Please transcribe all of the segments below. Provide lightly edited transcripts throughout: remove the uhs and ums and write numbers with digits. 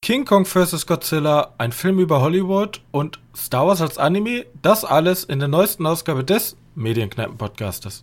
King Kong vs. Godzilla, ein Film über Hollywood und Star Wars als Anime, das alles in der neuesten Ausgabe des Medienkneipen-Podcastes.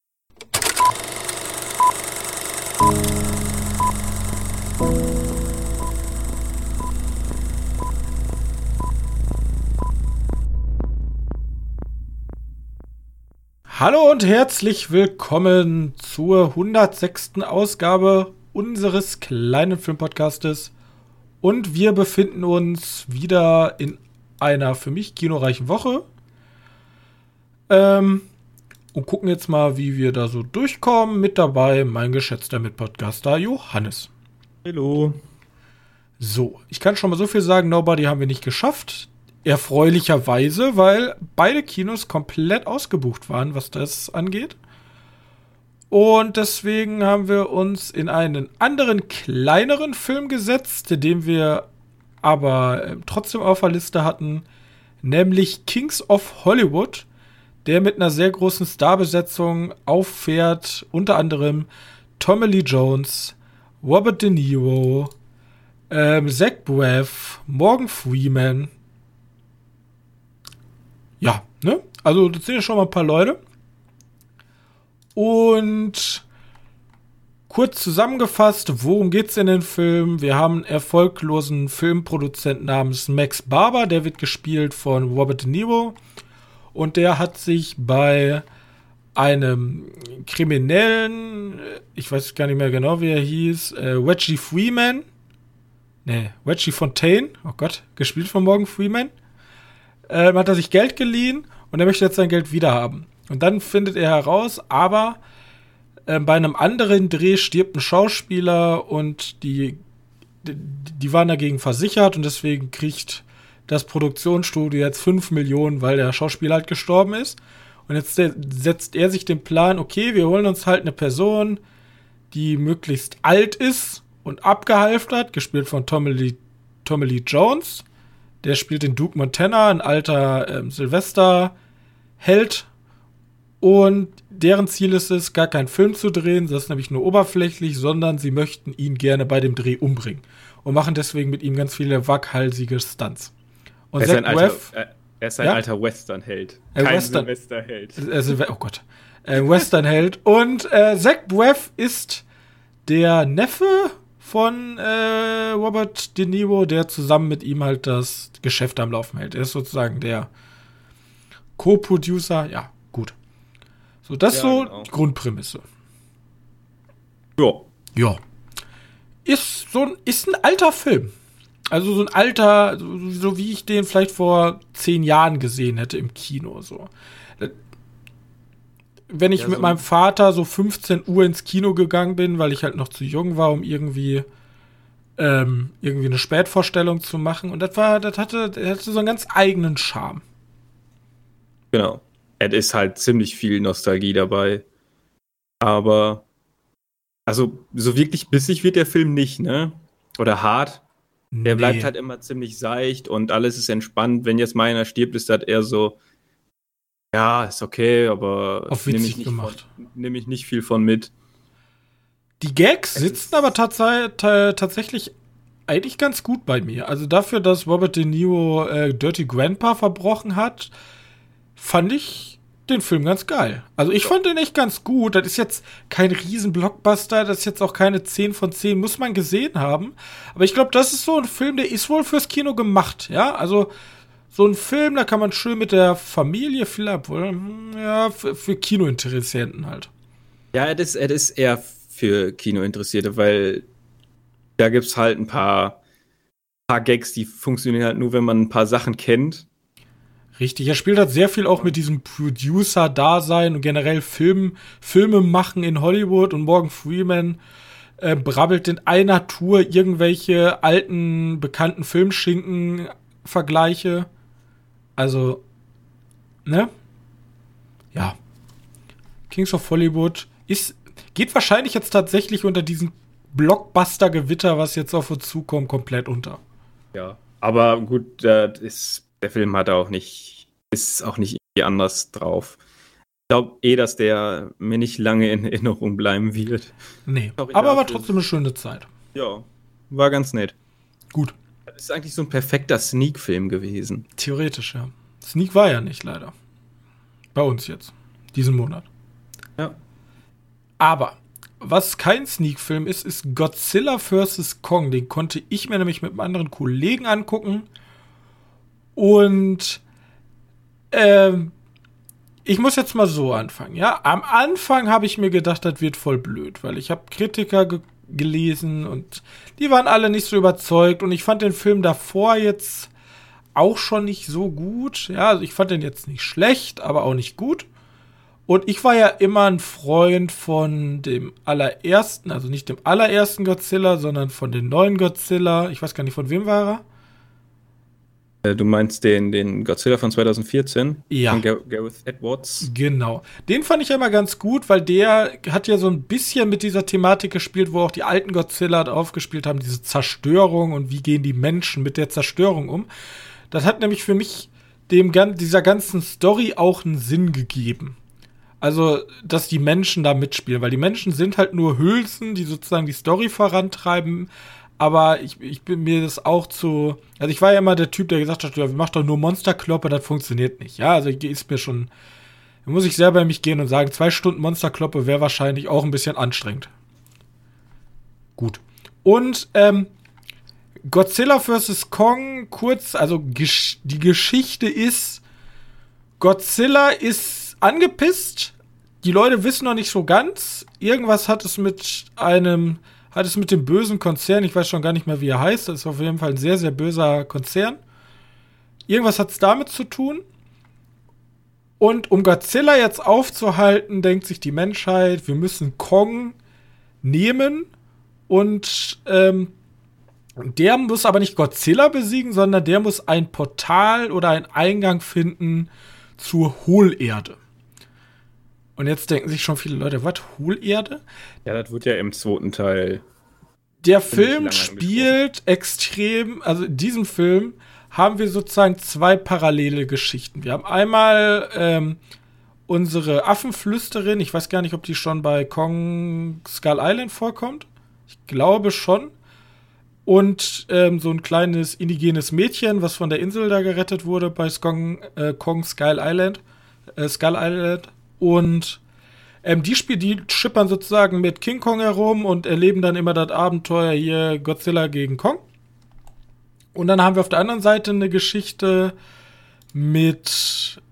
Hallo und herzlich willkommen zur 106. Ausgabe unseres kleinen Filmpodcastes. Und wir befinden uns wieder in einer für mich kinoreichen Woche. Und gucken jetzt mal, wie wir da so durchkommen. Mit dabei mein geschätzter Mitpodcaster Johannes. Hallo. So, ich kann schon mal so viel sagen, Nobody haben wir nicht geschafft. Erfreulicherweise, weil beide Kinos komplett ausgebucht waren, was das angeht. Und deswegen haben wir uns in einen anderen, kleineren Film gesetzt, den wir aber trotzdem auf der Liste hatten, nämlich Kings of Hollywood, der mit einer sehr großen Starbesetzung auffährt, unter anderem Tommy Lee Jones, Robert De Niro, Zach Braff, Morgan Freeman. Ja, ne? Also das sind ja schon mal ein paar Leute. Und kurz zusammengefasst, worum geht's in den Film? Wir haben einen erfolglosen Filmproduzenten namens Max Barber, der wird gespielt von Robert De Niro. Und der hat sich bei einem Kriminellen, ich weiß gar nicht mehr genau, wie er hieß, Reggie Fontaine, oh Gott, gespielt von Morgan Freeman, hat er sich Geld geliehen und er möchte jetzt sein Geld wiederhaben. Und dann findet er heraus, aber bei einem anderen Dreh stirbt ein Schauspieler und die waren dagegen versichert und deswegen kriegt das Produktionsstudio jetzt 5 Millionen, weil der Schauspieler halt gestorben ist. Und jetzt setzt er sich den Plan, okay, wir holen uns halt eine Person, die möglichst alt ist und abgehalftert, gespielt von Tommy Lee Jones. Der spielt den Duke Montana, ein alter Sylvester-Held. Und deren Ziel ist es, gar keinen Film zu drehen, das ist nämlich nur oberflächlich, sondern sie möchten ihn gerne bei dem Dreh umbringen. Und machen deswegen mit ihm ganz viele waghalsige Stunts. Und er ist ein alter Western-Held. Kein Silvester-Held. Oh Gott. Western-Held. Und Zach Braff ist der Neffe von Robert De Niro, der zusammen mit ihm halt das Geschäft am Laufen hält. Er ist sozusagen der Co-Producer. Ja, gut. So, das ist so genau die Grundprämisse. Ja. Ist ein alter Film. Also so ein alter, so wie ich den vielleicht vor 10 Jahren gesehen hätte im Kino. So. Wenn ich mit meinem Vater so 15 Uhr ins Kino gegangen bin, weil ich halt noch zu jung war, um irgendwie eine Spätvorstellung zu machen. Und das hatte so einen ganz eigenen Charme. Genau. Es ist halt ziemlich viel Nostalgie dabei. Aber also so wirklich bissig wird der Film nicht, ne? Oder hart. Der bleibt halt immer ziemlich seicht und alles ist entspannt. Wenn jetzt mal einer stirbt, ist das eher so, ja, ist okay, aber auf witzig gemacht. Nehme ich nicht viel von mit. Die Gags sitzen aber tatsächlich eigentlich ganz gut bei mir. Also dafür, dass Robert De Niro Dirty Grandpa verbrochen hat, fand ich den Film ganz geil. Also ich fand den echt ganz gut. Das ist jetzt kein Riesen-Blockbuster, das ist jetzt auch keine 10 von 10, muss man gesehen haben. Aber ich glaube, das ist so ein Film, der ist wohl fürs Kino gemacht, ja. Also so ein Film, da kann man schön mit der Familie für Kinointeressenten halt. Ja, es ist eher für Kinointeressierte, weil da gibt's halt ein paar Gags, die funktionieren halt nur, wenn man ein paar Sachen kennt. Richtig, er spielt halt sehr viel auch mit diesem Producer-Dasein und generell Filme machen in Hollywood und Morgan Freeman brabbelt in einer Tour irgendwelche alten, bekannten Filmschinken-Vergleiche. Also, ne? Ja. Kings of Hollywood geht wahrscheinlich jetzt tatsächlich unter diesem Blockbuster-Gewitter, was jetzt auf uns zukommt, komplett unter. Ja, aber gut, der Film ist auch nicht irgendwie anders drauf. Ich glaube dass der mir nicht lange in Erinnerung bleiben wird. Nee, aber war trotzdem eine schöne Zeit. Ja, war ganz nett. Gut. ist eigentlich so ein perfekter Sneak-Film gewesen. Theoretisch, ja. Sneak war ja nicht, leider. Bei uns jetzt. Diesen Monat. Ja. Aber was kein Sneak-Film ist, ist Godzilla vs. Kong. Den konnte ich mir nämlich mit einem anderen Kollegen angucken. Und ich muss jetzt mal so anfangen, ja. Am Anfang habe ich mir gedacht, das wird voll blöd, weil ich habe Kritiker gelesen und die waren alle nicht so überzeugt. Und ich fand den Film davor jetzt auch schon nicht so gut. Ja, also ich fand den jetzt nicht schlecht, aber auch nicht gut. Und ich war ja immer ein Freund von dem allerersten, also nicht dem allerersten Godzilla, sondern von den neuen Godzilla. Ich weiß gar nicht, von wem war er? Du meinst den Godzilla von 2014? Ja. Von Gareth Edwards? Genau. Den fand ich ja immer ganz gut, weil der hat ja so ein bisschen mit dieser Thematik gespielt, wo auch die alten Godzilla aufgespielt haben, diese Zerstörung und wie gehen die Menschen mit der Zerstörung um. Das hat nämlich für mich dieser ganzen Story auch einen Sinn gegeben. Also, dass die Menschen da mitspielen, weil die Menschen sind halt nur Hülsen, die sozusagen die Story vorantreiben, aber ich bin mir das auch also ich war ja immer der Typ, der gesagt hat, ja, mach doch nur Monsterkloppe, das funktioniert nicht. Ja, also da muss ich selber in mich gehen und sagen, 2 Stunden Monsterkloppe wäre wahrscheinlich auch ein bisschen anstrengend. Gut. Und, Godzilla vs. Kong, kurz, also die Geschichte ist, Godzilla ist angepisst, die Leute wissen noch nicht so ganz, irgendwas hat es mit dem bösen Konzern, ich weiß schon gar nicht mehr, wie er heißt, das ist auf jeden Fall ein sehr, sehr böser Konzern. Irgendwas hat es damit zu tun. Und um Godzilla jetzt aufzuhalten, denkt sich die Menschheit, wir müssen Kong nehmen und der muss aber nicht Godzilla besiegen, sondern der muss ein Portal oder einen Eingang finden zur Hohlerde. Und jetzt denken sich schon viele Leute, was, Hohlerde? Ja, das wird ja im 2. Teil. Der Film spielt extrem, also in diesem Film haben wir sozusagen 2 parallele Geschichten. Wir haben einmal unsere Affenflüsterin, ich weiß gar nicht, ob die schon bei Kong Skull Island vorkommt. Ich glaube schon. Und so ein kleines indigenes Mädchen, was von der Insel da gerettet wurde bei Kong Skull Island. Und die schippern sozusagen mit King Kong herum und erleben dann immer das Abenteuer hier Godzilla gegen Kong. Und dann haben wir auf der anderen Seite eine Geschichte mit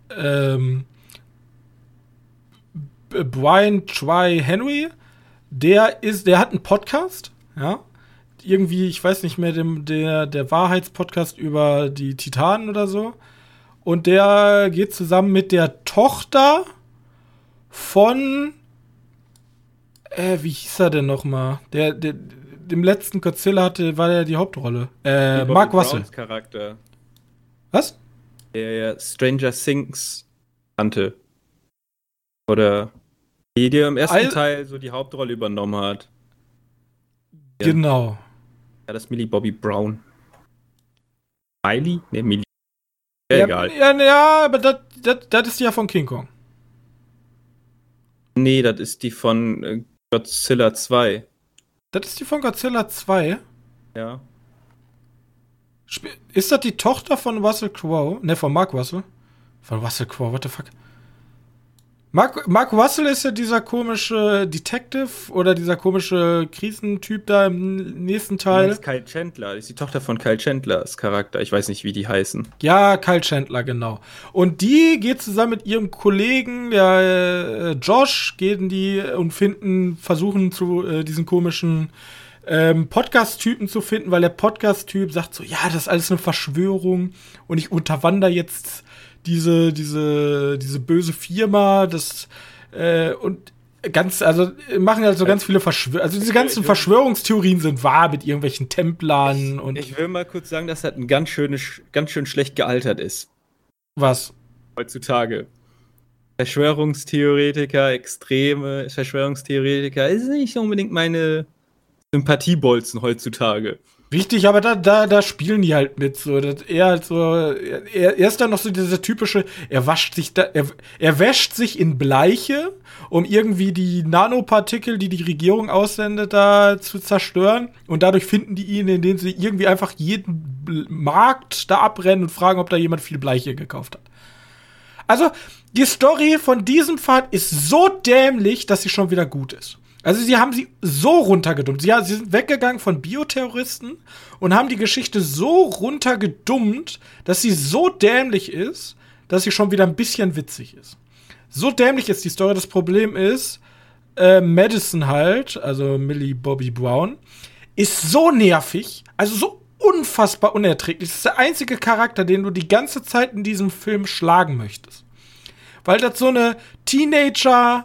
Brian Try Henry. Der hat einen Podcast, ja. Irgendwie, ich weiß nicht mehr, der Wahrheitspodcast über die Titanen oder so. Und der geht zusammen mit der Tochter von wie hieß er denn nochmal? Dem letzten Godzilla war der die Hauptrolle. Mark Russell. Charakter. Was? Der Stranger Things kannte. Oder die im ersten Teil so die Hauptrolle übernommen hat. Ja. Genau. Ja, das ist Millie Bobby Brown. Miley? Ne, Millie. Ja, egal. Ja, aber das ist die ja von King Kong. Nee, das ist die von Godzilla 2. Das ist die von Godzilla 2? Ja. Ist das die Tochter von Russell Crowe? Ne, von Mark Russell. Von Russell Crowe, what the fuck? Mark Russell ist ja dieser komische Detective oder dieser komische Krisentyp da im nächsten Teil. Das ist Kyle Chandler, das ist die Tochter von Kyle Chandlers Charakter. Ich weiß nicht, wie die heißen. Ja, Kyle Chandler, genau. Und die geht zusammen mit ihrem Kollegen, der Josh, gehen die und versuchen diesen komischen Podcast-Typen zu finden, weil der Podcast-Typ sagt so, ja, das ist alles eine Verschwörung und ich unterwandere jetzt diese böse Firma, und machen halt so ganz viele diese ganzen Verschwörungstheorien sind wahr mit irgendwelchen Templern und. Ich will mal kurz sagen, dass das ganz schön schlecht gealtert ist. Was? Heutzutage. Extreme Verschwörungstheoretiker, ist nicht unbedingt meine Sympathiebolzen heutzutage. Richtig, aber da spielen die halt mit so. Er ist dann noch so dieser typische, er wäscht sich in Bleiche, um irgendwie die Nanopartikel, die die Regierung aussendet, da zu zerstören. Und dadurch finden die ihn, indem sie irgendwie einfach jeden Markt da abrennen und fragen, ob da jemand viel Bleiche gekauft hat. Also, die Story von diesem Pfad ist so dämlich, dass sie schon wieder gut ist. Also, sie haben sie so runtergedummt. Sie sind weggegangen von Bioterroristen und haben die Geschichte so runtergedummt, dass sie so dämlich ist, dass sie schon wieder ein bisschen witzig ist. So dämlich ist die Story. Das Problem ist, Madison halt, also Millie Bobby Brown, ist so nervig, also so unfassbar unerträglich. Das ist der einzige Charakter, den du die ganze Zeit in diesem Film schlagen möchtest. Weil das so eine Teenager,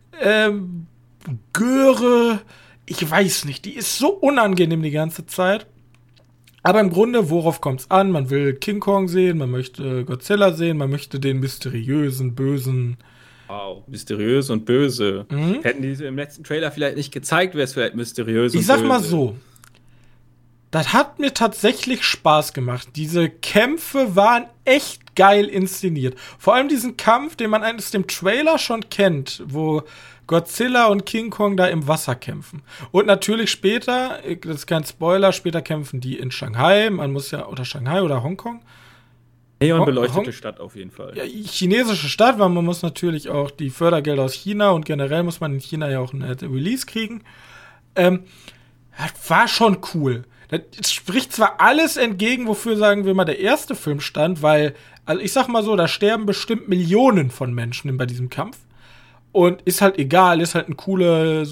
Göre, ich weiß nicht, die ist so unangenehm die ganze Zeit. Aber im Grunde, worauf kommt's an? Man will King Kong sehen, man möchte Godzilla sehen, man möchte den mysteriösen, bösen. Wow, mysteriös und böse. Hätten die im letzten Trailer vielleicht nicht gezeigt, wäre es vielleicht mysteriös und böse. Ich sag mal so, das hat mir tatsächlich Spaß gemacht. Diese Kämpfe waren echt geil inszeniert. Vor allem diesen Kampf, den man aus dem Trailer schon kennt, wo Godzilla und King Kong da im Wasser kämpfen. Und natürlich später, das ist kein Spoiler, später kämpfen die in Shanghai. Man muss ja, oder Shanghai oder Hongkong. Neonbeleuchtete Stadt auf jeden Fall. Ja, chinesische Stadt, weil man muss natürlich auch die Fördergelder aus China und generell muss man in China ja auch ein Release kriegen. Das war schon cool. Das spricht zwar alles entgegen, wofür, sagen wir mal, der erste Film stand, weil, also ich sag mal so, da sterben bestimmt Millionen von Menschen bei diesem Kampf. Und ist halt egal, ist halt ein cooler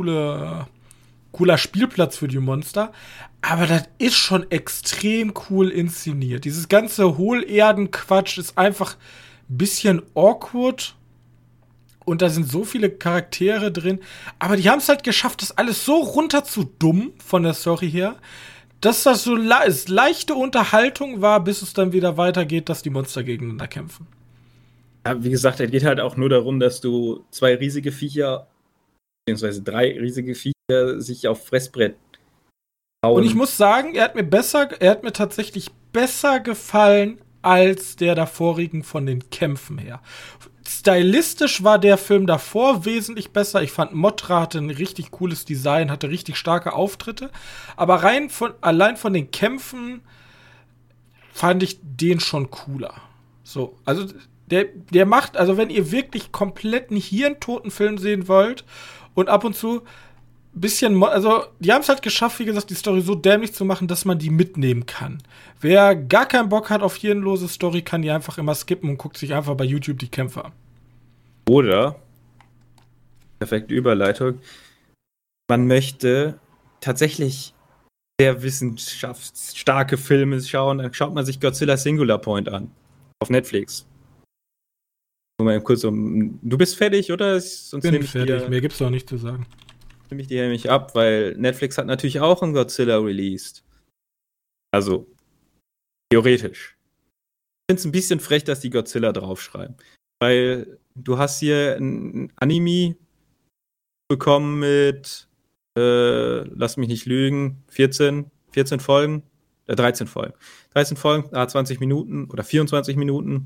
Spielplatz für die Monster. Aber das ist schon extrem cool inszeniert. Dieses ganze Hohlerden-Quatsch ist einfach ein bisschen awkward. Und da sind so viele Charaktere drin. Aber die haben es halt geschafft, das alles so runter zu dumm von der Story her, dass das so leichte Unterhaltung war, bis es dann wieder weitergeht, dass die Monster gegeneinander kämpfen. Ja, wie gesagt, es geht halt auch nur darum, dass du 2 riesige Viecher, beziehungsweise 3 riesige Viecher sich auf Fressbrett hauen. Und ich muss sagen, er hat mir tatsächlich besser gefallen als der davorigen von den Kämpfen her. Stylistisch war der Film davor wesentlich besser. Ich fand, Mothra hatte ein richtig cooles Design, hatte richtig starke Auftritte. Aber allein von den Kämpfen fand ich den schon cooler. So, also der macht, also wenn ihr wirklich komplett einen hirntoten Film sehen wollt und ab und zu ein bisschen, also die haben es halt geschafft, wie gesagt, die Story so dämlich zu machen, dass man die mitnehmen kann. Wer gar keinen Bock hat auf hirnlose Story, kann die einfach immer skippen und guckt sich einfach bei YouTube die Kämpfe an. Oder, perfekte Überleitung, man möchte tatsächlich sehr wissenschaftsstarke Filme schauen, dann schaut man sich Godzilla Singular Point an. Auf Netflix. Mal kurz du bist fertig, oder? Sonst bin ich fertig, mir gibt's doch nichts zu sagen. Nehme ich die nämlich ab, weil Netflix hat natürlich auch einen Godzilla released. Also, theoretisch. Ich finde es ein bisschen frech, dass die Godzilla draufschreiben. Weil du hast hier ein Anime bekommen mit, lass mich nicht lügen, 14 Folgen, 13 Folgen. 13 Folgen, 20 Minuten oder 24 Minuten.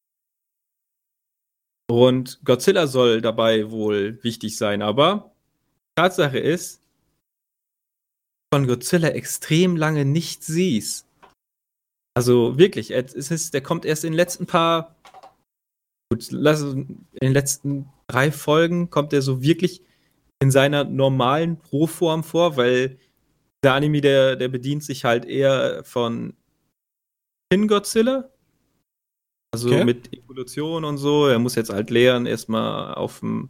Und Godzilla soll dabei wohl wichtig sein, aber Tatsache ist, von Godzilla extrem lange nicht siehst. Also wirklich, der kommt erst in den letzten in den letzten 3 Folgen kommt er so wirklich in seiner normalen Rohform vor, weil der Anime, der bedient sich halt eher von Shin Godzilla. Also mit Evolution und so. Er muss jetzt halt lernen, erstmal auf dem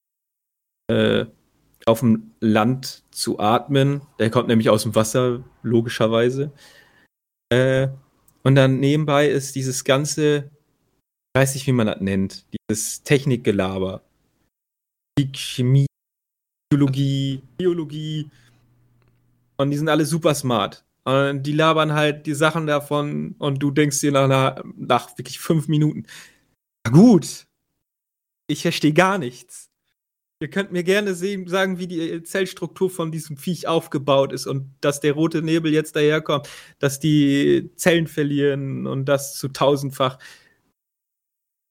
Land zu atmen. Der kommt nämlich aus dem Wasser, logischerweise. Und dann nebenbei ist dieses ganze, ich weiß nicht, wie man das nennt, dieses Technikgelaber. Chemie, Biologie. Und die sind alle super smart. Und die labern halt die Sachen davon und du denkst dir nach wirklich 5 Minuten, na gut, ich verstehe gar nichts. Ihr könnt mir gerne sagen, wie die Zellstruktur von diesem Viech aufgebaut ist und dass der rote Nebel jetzt daherkommt, dass die Zellen verlieren und das zu 1000-fach.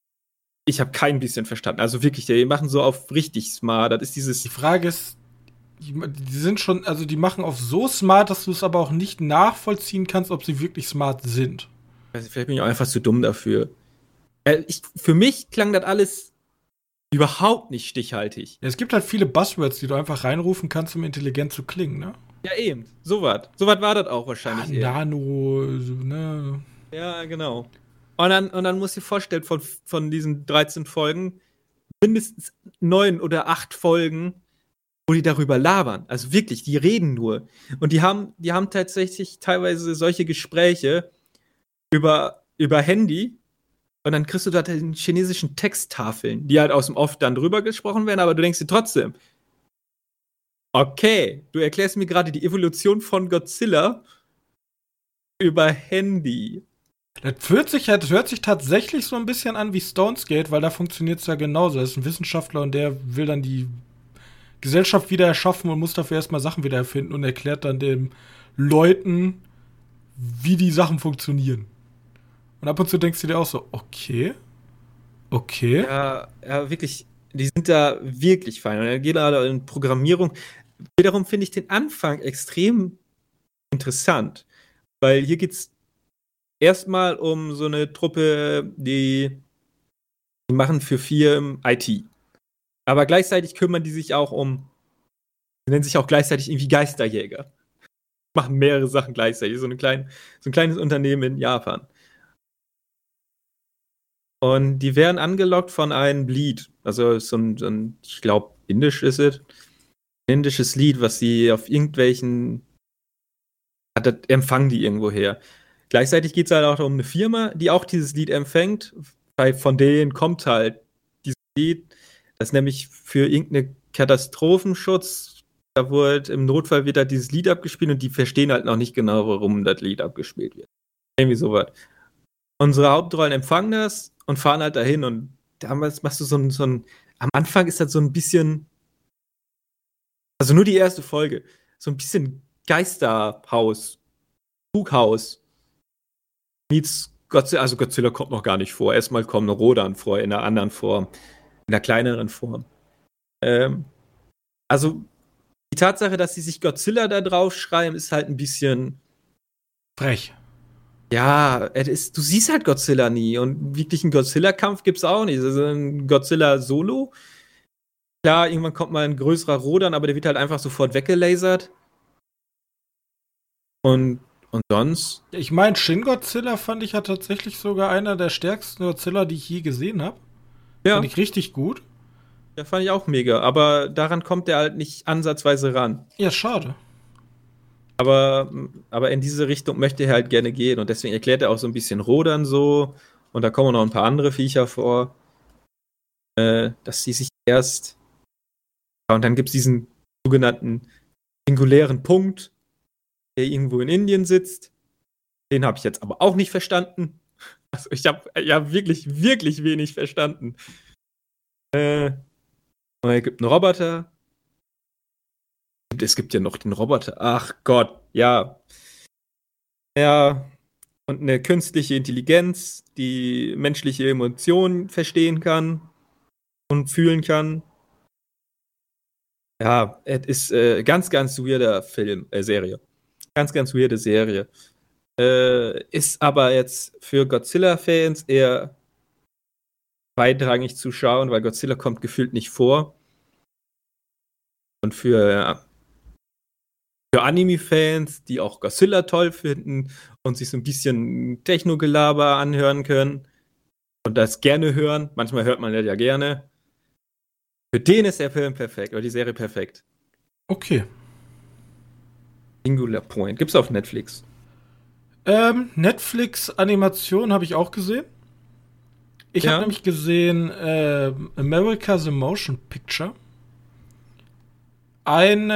Ich habe kein bisschen verstanden. Also wirklich, die machen so auf richtig smart. Das ist dieses. Die Frage ist, Die sind schon, also die machen auf so smart, dass du es aber auch nicht nachvollziehen kannst, ob sie wirklich smart sind. Also vielleicht bin ich auch einfach zu dumm dafür. Für mich klang das alles überhaupt nicht stichhaltig. Ja, es gibt halt viele Buzzwords, die du einfach reinrufen kannst, um intelligent zu klingen, ne? Ja, eben. So was war das auch wahrscheinlich eher. Nano, so, ne? Ja, genau. Und dann musst du dir vorstellen, von diesen 13 Folgen, mindestens 9 oder 8 Folgen, wo die darüber labern. Also wirklich, die reden nur. Und die haben tatsächlich teilweise solche Gespräche über Handy. Und dann kriegst du da den chinesischen Texttafeln, die halt aus dem Off dann drüber gesprochen werden, aber du denkst dir trotzdem, okay, du erklärst mir gerade die Evolution von Godzilla über Handy. Das hört sich tatsächlich so ein bisschen an wie Stones Gate, weil da funktioniert es ja genauso. Das ist ein Wissenschaftler und der will dann die Gesellschaft wieder erschaffen und muss dafür erstmal Sachen wieder erfinden und erklärt dann den Leuten, wie die Sachen funktionieren. Und ab und zu denkst du dir auch so, okay. Ja, ja, wirklich, die sind da wirklich fein. Und dann geht er in Programmierung. Wiederum finde ich den Anfang extrem interessant, weil hier geht's erstmal um so eine Truppe, die machen für Firmen IT. Aber gleichzeitig kümmern die sich auch die nennen sich auch gleichzeitig irgendwie Geisterjäger. Machen mehrere Sachen gleichzeitig. So ein kleines Unternehmen in Japan. Und die werden angelockt von einem Lied. Also so ein ich glaube, indisch ist es. Ein indisches Lied, was sie auf irgendwelchen das empfangen die irgendwo her. Gleichzeitig geht es halt auch um eine Firma, die auch dieses Lied empfängt, weil von denen kommt halt dieses Lied, das nämlich für irgendeinen Katastrophenschutz, im Notfall wird halt dieses Lied abgespielt und die verstehen halt noch nicht genau, warum das Lied abgespielt wird. Irgendwie sowas. Unsere Hauptrollen empfangen das und fahren halt dahin und damals machst du so ein am Anfang ist das so ein bisschen, also nur die erste Folge, so ein bisschen Geisterhaus, Spukhaus meets Godzilla, also Godzilla kommt noch gar nicht vor. Erstmal kommen Rodan vor, in einer anderen Form, in einer kleineren Form. Also die Tatsache, dass sie sich Godzilla da drauf schreiben, ist halt ein bisschen Frech. ja, du siehst halt Godzilla nie und wirklich einen Godzilla-Kampf gibt's auch nicht. Also ein Godzilla-Solo. Klar, irgendwann kommt mal ein größerer Rodan, aber der wird halt einfach sofort weggelasert. Und sonst? Ich meine, Shin Godzilla fand ich ja tatsächlich sogar einer der stärksten Godzilla, die ich je gesehen habe. Ja. Fand ich richtig gut. Ja, fand ich auch mega. Aber daran kommt er halt nicht ansatzweise ran. Ja, schade. Aber in diese Richtung möchte er halt gerne gehen. Und deswegen erklärt er auch so ein bisschen Rodan so. Und da kommen noch ein paar andere Viecher vor. Dass sie sich erst. Und dann gibt es diesen sogenannten singulären Punkt, der irgendwo in Indien sitzt. Den habe ich jetzt aber auch nicht verstanden. Also ich habe ja wirklich, wirklich wenig verstanden. Und es gibt einen Roboter. Es gibt ja noch den Roboter. Ach Gott, ja. Ja. Und eine künstliche Intelligenz, die menschliche Emotionen verstehen kann und fühlen kann. Ja, es ist ganz, ganz weirder Serie. Ganz, ganz weirde Serie. Ist aber jetzt für Godzilla-Fans eher beidrangig zu schauen, weil Godzilla kommt gefühlt nicht vor. Und für Anime-Fans, die auch Godzilla toll finden und sich so ein bisschen Technogelaber anhören können und das gerne hören, manchmal hört man das ja gerne, für den ist der Film perfekt oder die Serie perfekt. Okay. Singular Point. Gibt's auf Netflix. Netflix-Animation habe ich auch gesehen. Ich habe nämlich gesehen America the Motion Picture. Ein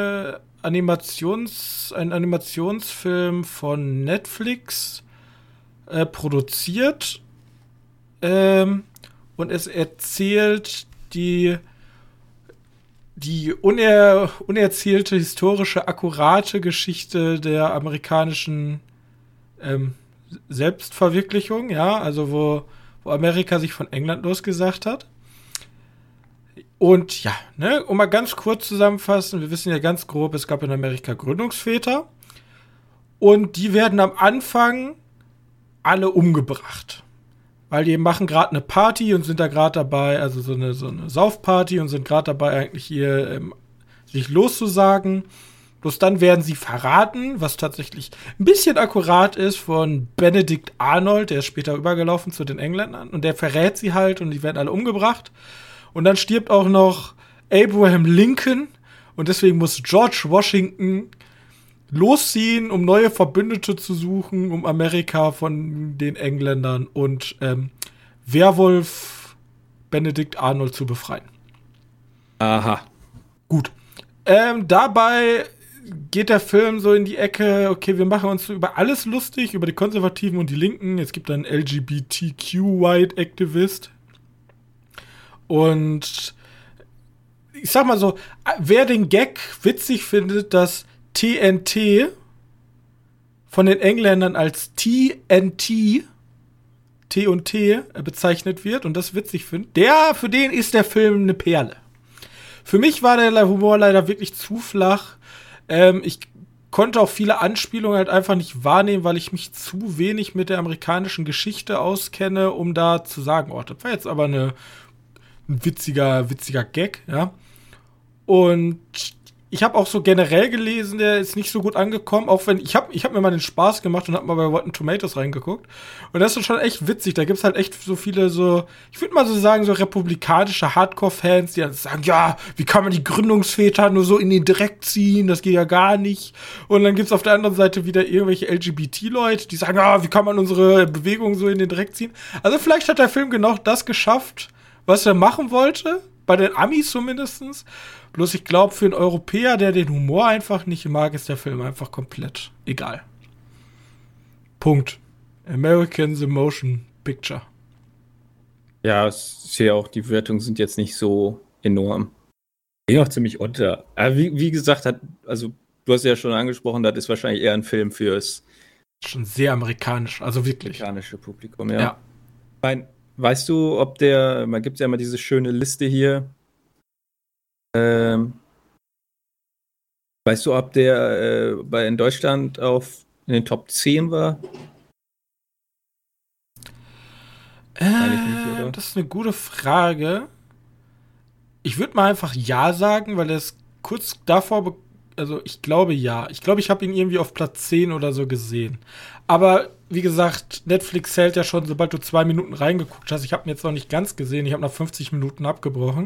Animationsfilm von Netflix produziert. Und es erzählt die unerzählte, historische, akkurate Geschichte der amerikanischen Selbstverwirklichung, ja, also wo Amerika sich von England losgesagt hat. Und ja, ne, um mal ganz kurz zusammenfassen, wir wissen ja ganz grob, es gab in Amerika Gründungsväter und die werden am Anfang alle umgebracht. Weil die machen gerade eine Party und sind da gerade dabei, also so eine Saufparty und sind gerade dabei, eigentlich hier sich loszusagen. Bloß dann werden sie verraten, was tatsächlich ein bisschen akkurat ist, von Benedict Arnold, der ist später übergelaufen zu den Engländern. Und der verrät sie halt und die werden alle umgebracht. Und dann stirbt auch noch Abraham Lincoln. Und deswegen muss George Washington losziehen, um neue Verbündete zu suchen, um Amerika von den Engländern und Werwolf Benedict Arnold zu befreien. Aha. Gut. Dabei geht der Film so in die Ecke, okay, wir machen uns über alles lustig, über die Konservativen und die Linken. Es gibt einen LGBTQ-White-Activist. Und ich sag mal so, wer den Gag witzig findet, dass TNT von den Engländern als TNT, T und T, bezeichnet wird und das witzig findet, für den ist der Film eine Perle. Für mich war der Humor leider wirklich zu flach. Ich konnte auch viele Anspielungen halt einfach nicht wahrnehmen, weil ich mich zu wenig mit der amerikanischen Geschichte auskenne, um da zu sagen, oh, das war jetzt aber ein witziger Gag, ja. Und ich habe auch so generell gelesen, der ist nicht so gut angekommen, auch wenn ich hab mir mal den Spaß gemacht und hab mal bei Rotten Tomatoes reingeguckt. Und das ist schon echt witzig. Da gibt's halt echt so viele so, ich würde mal so sagen, so republikanische Hardcore-Fans, die dann sagen, ja, wie kann man die Gründungsväter nur so in den Dreck ziehen? Das geht ja gar nicht. Und dann gibt's auf der anderen Seite wieder irgendwelche LGBT-Leute, die sagen, ja, wie kann man unsere Bewegung so in den Dreck ziehen? Also vielleicht hat der Film genau das geschafft, was er machen wollte. Bei den Amis zumindestens. Bloß ich glaube, für einen Europäer, der den Humor einfach nicht mag, ist der Film einfach komplett egal. Punkt. American The Motion Picture. Ja, ich sehe auch, die Wertungen sind jetzt nicht so enorm. Ging auch ziemlich unter. Aber wie gesagt, also du hast ja schon angesprochen, das ist wahrscheinlich eher ein Film fürs schon sehr amerikanisch, also wirklich. Amerikanische Publikum, ja. Weißt du, man gibt ja immer diese schöne Liste hier. Weißt du, ob der in Deutschland in den Top 10 war? Nicht, das ist eine gute Frage. Ich würde mal einfach ja sagen, weil er ist kurz davor, also ich glaube ja. Ich glaube, ich habe ihn irgendwie auf Platz 10 oder so gesehen. Aber wie gesagt, Netflix zählt ja schon, sobald du 2 Minuten reingeguckt hast. Ich habe ihn jetzt noch nicht ganz gesehen. Ich habe nach 50 Minuten abgebrochen.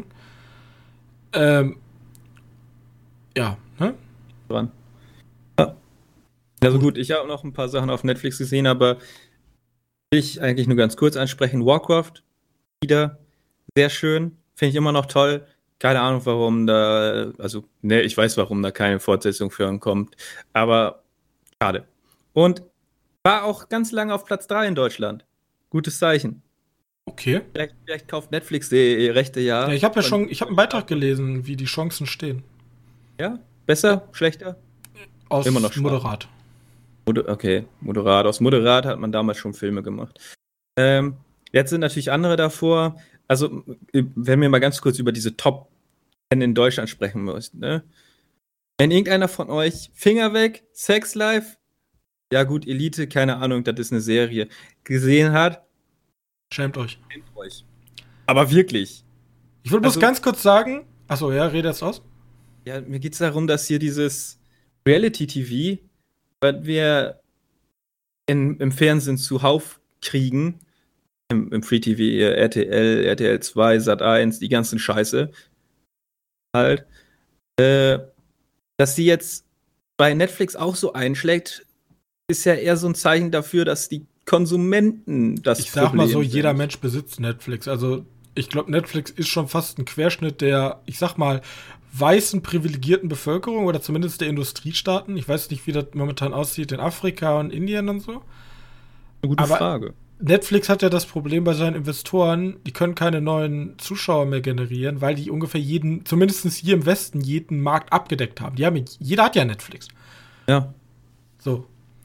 Ja, ne? Dran. Ja. Also gut, ich habe noch ein paar Sachen auf Netflix gesehen, aber will ich eigentlich nur ganz kurz ansprechen. Warcraft, wieder sehr schön, finde ich immer noch toll. Keine Ahnung, warum ich weiß, warum da keine Fortsetzung für kommt, aber schade. Und war auch ganz lange auf Platz 3 in Deutschland. Gutes Zeichen. Okay. Vielleicht kauft Netflix die Rechte, ja. Ich habe einen Beitrag gelesen, wie die Chancen stehen. Ja? Besser? Schlechter? Immer noch moderat. Okay, moderat. Aus moderat hat man damals schon Filme gemacht. Jetzt sind natürlich andere davor. Also, wenn wir mal ganz kurz über diese Top 10 in Deutschland sprechen müssen, ne? Wenn irgendeiner von euch Finger weg, Sex Life, ja gut, Elite, keine Ahnung, das ist eine Serie, gesehen hat, schämt euch. Aber wirklich. Ich würde bloß ganz kurz sagen, achso, ja, rede jetzt aus. Ja, mir geht es darum, dass hier dieses Reality-TV, was wir im Fernsehen zuhauf kriegen, im Free-TV, RTL, RTL 2, Sat1, die ganzen Scheiße, halt, dass sie jetzt bei Netflix auch so einschlägt, ist ja eher so ein Zeichen dafür, dass die Konsumenten das Ich sag mal so, jeder Mensch besitzt Netflix. Also ich glaube, Netflix ist schon fast ein Querschnitt der, ich sag mal, weißen, privilegierten Bevölkerung oder zumindest der Industriestaaten. Ich weiß nicht, wie das momentan aussieht in Afrika und Indien und so. Eine gute Frage. Netflix hat ja das Problem bei seinen Investoren, die können keine neuen Zuschauer mehr generieren, weil die ungefähr zumindest hier im Westen, jeden Markt abgedeckt haben. Jeder hat ja Netflix. Ja. So.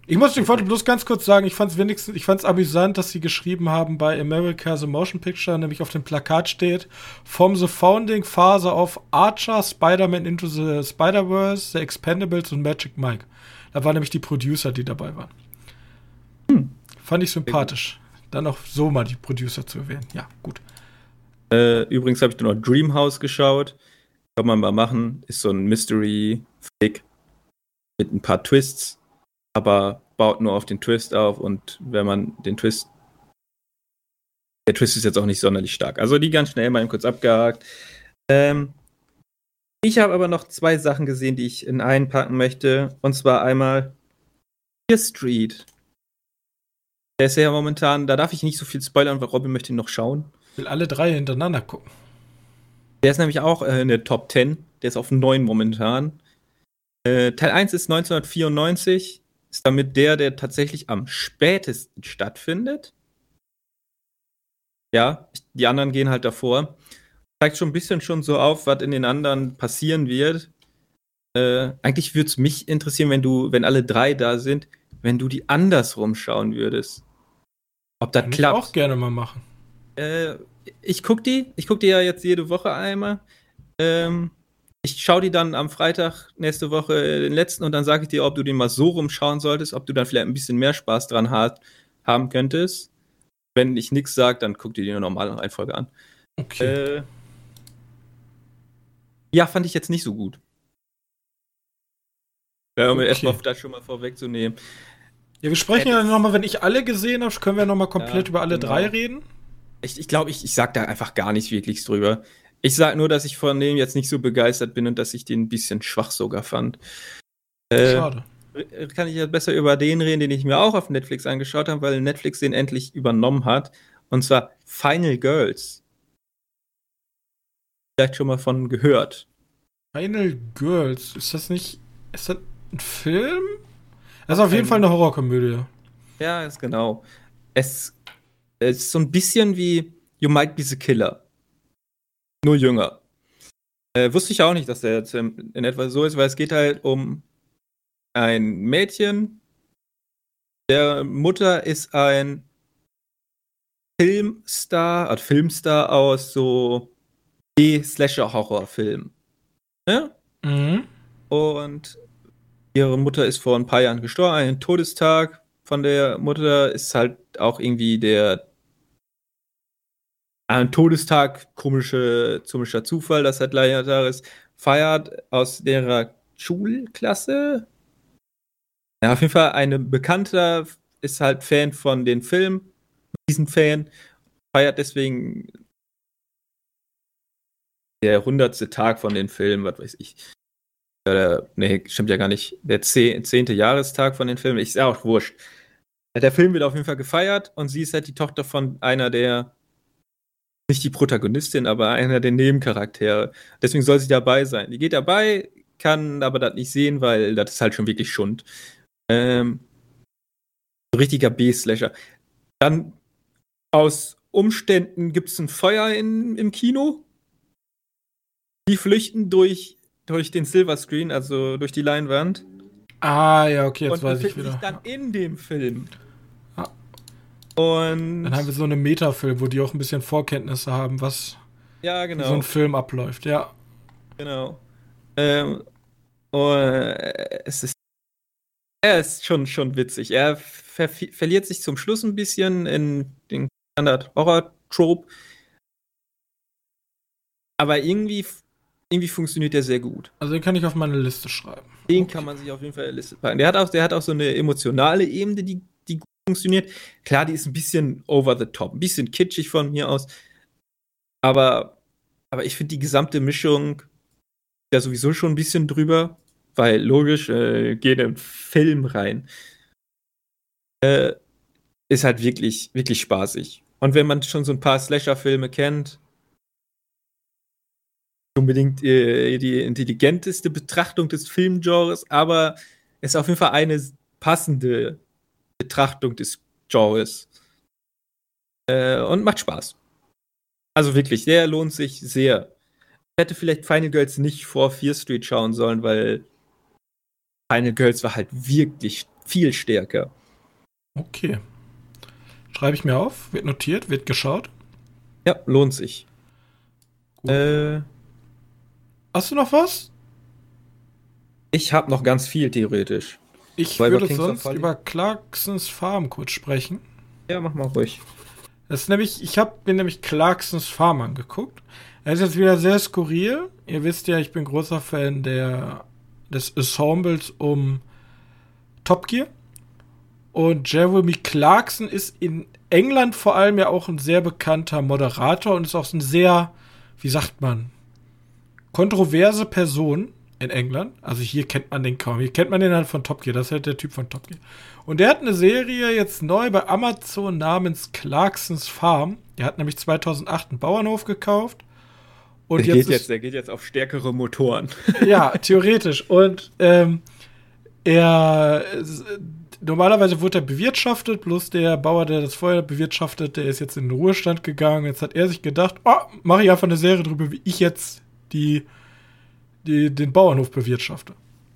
Ich wollte bloß ganz kurz sagen, ich fand's amüsant, dass sie geschrieben haben bei America the Motion Picture, nämlich auf dem Plakat steht, from the founding father of Archer, Spider-Man Into the Spider-Verse, The Expendables und Magic Mike. Da waren nämlich die Producer, die dabei waren. Fand ich sympathisch. Dann auch so mal die Producer zu erwähnen. Ja, gut. Übrigens habe ich noch Dreamhouse geschaut. Kann man mal machen. Ist so ein Mystery-Flick mit ein paar Twists. Aber baut nur auf den Twist auf und wenn man der Twist ist jetzt auch nicht sonderlich stark. Also die ganz schnell mal kurz abgehakt. Ich habe aber noch 2 Sachen gesehen, die ich in einen packen möchte. Und zwar einmal Fear Street. Der ist ja momentan, da darf ich nicht so viel spoilern, weil Robin möchte ihn noch schauen. Ich will alle 3 hintereinander gucken. Der ist nämlich auch in der Top 10. Der ist auf 9 momentan. Teil 1 ist 1994. Ist damit der tatsächlich am spätesten stattfindet. Ja, die anderen gehen halt davor. Zeigt schon ein bisschen schon so auf, was in den anderen passieren wird. Eigentlich würde es mich interessieren, wenn alle 3 da sind, wenn du die andersrum schauen würdest. Ob das klappt. Kann ich auch gerne mal machen. Ich guck die ja jetzt jede Woche einmal. Ich schaue die dann am Freitag nächste Woche den letzten und dann sage ich dir, ob du den mal so rumschauen solltest, ob du dann vielleicht ein bisschen mehr Spaß dran haben könntest. Wenn ich nichts sage, dann guck dir die normale Reihenfolge an. Okay. Ja, fand ich jetzt nicht so gut. Ja, um Okay. erstmal das schon mal vorwegzunehmen. Ja, wir sprechen ja nochmal, wenn ich alle gesehen habe, können wir nochmal komplett über alle 3 reden. Ich glaube, ich sag da einfach gar nicht wirklich drüber. Ich sag nur, dass ich von dem jetzt nicht so begeistert bin und dass ich den ein bisschen schwach sogar fand. Schade. Kann ich ja besser über den reden, den ich mir auch auf Netflix angeschaut habe, weil Netflix den endlich übernommen hat. Und zwar Final Girls. Vielleicht schon mal von gehört. Final Girls, ist das ein Film? Das ist auf jeden Fall eine Horrorkomödie. Ja, ist genau. Es ist so ein bisschen wie You Might Be the Killer. Nur jünger. Wusste ich auch nicht, dass der jetzt in etwa so ist, weil es geht halt um ein Mädchen. Der Mutter ist ein Filmstar aus so B-Slasher-Horrorfilmen. Ne? Mhm. Und ihre Mutter ist vor ein paar Jahren gestorben. Ein Todestag von der Mutter ist halt auch irgendwie ein Todestag, komischer Zufall, dass halt gleicher Tag ist, feiert aus ihrer Schulklasse. Ja, auf jeden Fall eine Bekannter ist halt Fan von den Filmen, diesen Fan, feiert deswegen der 100. Tag von den Filmen, was weiß ich. Nee, stimmt ja gar nicht. Der 10. Jahrestag von den Filmen, ist ja auch wurscht. Der Film wird auf jeden Fall gefeiert und sie ist halt die Tochter von einer der, nicht die Protagonistin, aber einer der Nebencharaktere. Deswegen soll sie dabei sein. Die geht dabei, kann aber das nicht sehen, weil das ist halt schon wirklich Schund. So richtiger B-Slasher. Dann aus Umständen gibt es ein Feuer im Kino. Die flüchten durch den Silverscreen, also durch die Leinwand. Ah, ja, okay, jetzt und weiß ich sich wieder. dann in dem Film. Ah. Und Dann haben wir so einen Metafilm, wo die auch ein bisschen Vorkenntnisse haben, was ja, genau. wie so ein Film abläuft, ja. Genau. Es ist schon witzig. Er verliert sich zum Schluss ein bisschen in den Standard-Horror-Trope. Aber irgendwie funktioniert der sehr gut. Also den kann ich auf meine Liste schreiben. Den kann man sich auf jeden Fall in die Liste packen. Der hat auch so eine emotionale Ebene, die gut funktioniert. Klar, die ist ein bisschen over the top, ein bisschen kitschig von mir aus. Aber ich finde die gesamte Mischung ja sowieso schon ein bisschen drüber, weil logisch, geht im Film rein. Ist halt wirklich, wirklich spaßig. Und wenn man schon so ein paar Slasher-Filme kennt, unbedingt die intelligenteste Betrachtung des Filmgenres, aber es ist auf jeden Fall eine passende Betrachtung des Genres. Und macht Spaß. Also wirklich, der lohnt sich sehr. Ich hätte vielleicht Final Girls nicht vor Fear Street schauen sollen, weil Final Girls war halt wirklich, viel stärker. Okay. Schreibe ich mir auf, wird notiert, wird geschaut. Ja, lohnt sich. Gut. Hast du noch was? Ich habe noch ganz viel, theoretisch. Ich würde sonst über Clarksons Farm kurz sprechen. Ja, mach mal ruhig. Das ist nämlich, ich habe mir nämlich Clarksons Farm angeguckt. Er ist jetzt wieder sehr skurril. Ihr wisst ja, ich bin großer Fan des Ensembles um Top Gear. Und Jeremy Clarkson ist in England vor allem ja auch ein sehr bekannter Moderator und ist auch ein sehr, wie sagt man, kontroverse Person in England. Also hier kennt man den kaum. Hier kennt man den halt von Top Gear. Das ist halt der Typ von Top Gear. Und der hat eine Serie jetzt neu bei Amazon namens Clarksons Farm. Der hat nämlich 2008 einen Bauernhof gekauft. Und der geht jetzt auf stärkere Motoren. Ja, theoretisch. Und normalerweise wurde er bewirtschaftet, bloß der Bauer, der das vorher bewirtschaftet, der ist jetzt in den Ruhestand gegangen. Jetzt hat er sich gedacht, mache ich einfach eine Serie drüber, wie ich jetzt den Bauernhof bewirtschafte.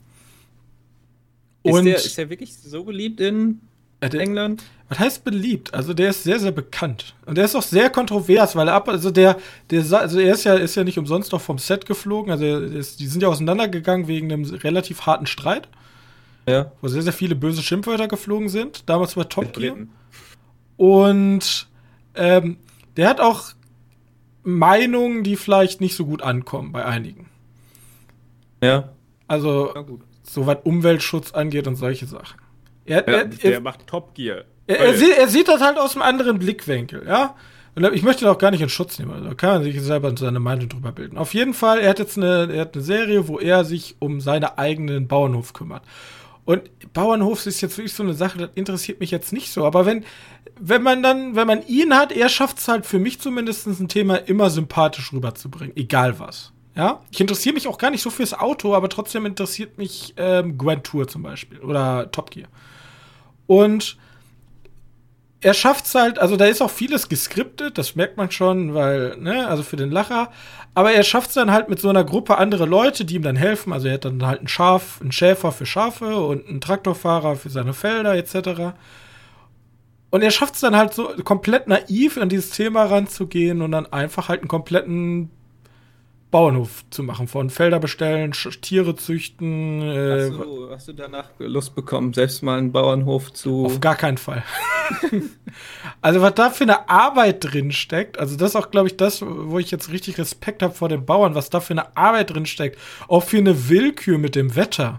Und ist der wirklich so beliebt in England? Was heißt beliebt? Also der ist sehr, sehr bekannt. Und der ist auch sehr kontrovers, weil er ist ja nicht umsonst auch vom Set geflogen. Also die sind ja auseinandergegangen wegen einem relativ harten Streit. Ja. Wo sehr, sehr viele böse Schimpfwörter geflogen sind. Damals bei Top Gear. Und der hat auch Meinungen, die vielleicht nicht so gut ankommen bei einigen. Ja. Also, so was Umweltschutz angeht und solche Sachen. Der macht Top Gear. Er sieht das halt aus einem anderen Blickwinkel, ja. Und ich möchte ihn auch gar nicht in Schutz nehmen. Da kann man sich selber seine Meinung drüber bilden. Auf jeden Fall, er hat eine Serie, wo er sich um seinen eigenen Bauernhof kümmert. Und Bauernhof ist jetzt wirklich so eine Sache, das interessiert mich jetzt nicht so. Aber wenn man ihn hat, er schafft es halt für mich zumindest ein Thema immer sympathisch rüberzubringen. Egal was. Ja? Ich interessiere mich auch gar nicht so fürs Auto, aber trotzdem interessiert mich Grand Tour zum Beispiel. Oder Top Gear. Und er schafft es halt, also da ist auch vieles geskriptet, das merkt man schon, weil, also für den Lacher. Aber er schafft es dann halt mit so einer Gruppe andere Leute, die ihm dann helfen. Also er hat dann halt einen Schäfer für Schafe und einen Traktorfahrer für seine Felder etc. Und er schafft es dann halt so komplett naiv an dieses Thema ranzugehen und dann einfach halt einen kompletten Bauernhof zu machen, von Felder bestellen, Tiere züchten. Hast du danach Lust bekommen, selbst mal einen Bauernhof zu... Auf gar keinen Fall. Also was da für eine Arbeit drin steckt, also das ist auch, glaube ich, das, wo ich jetzt richtig Respekt habe vor den Bauern, was da für eine Arbeit drin steckt, auch für eine Willkür mit dem Wetter,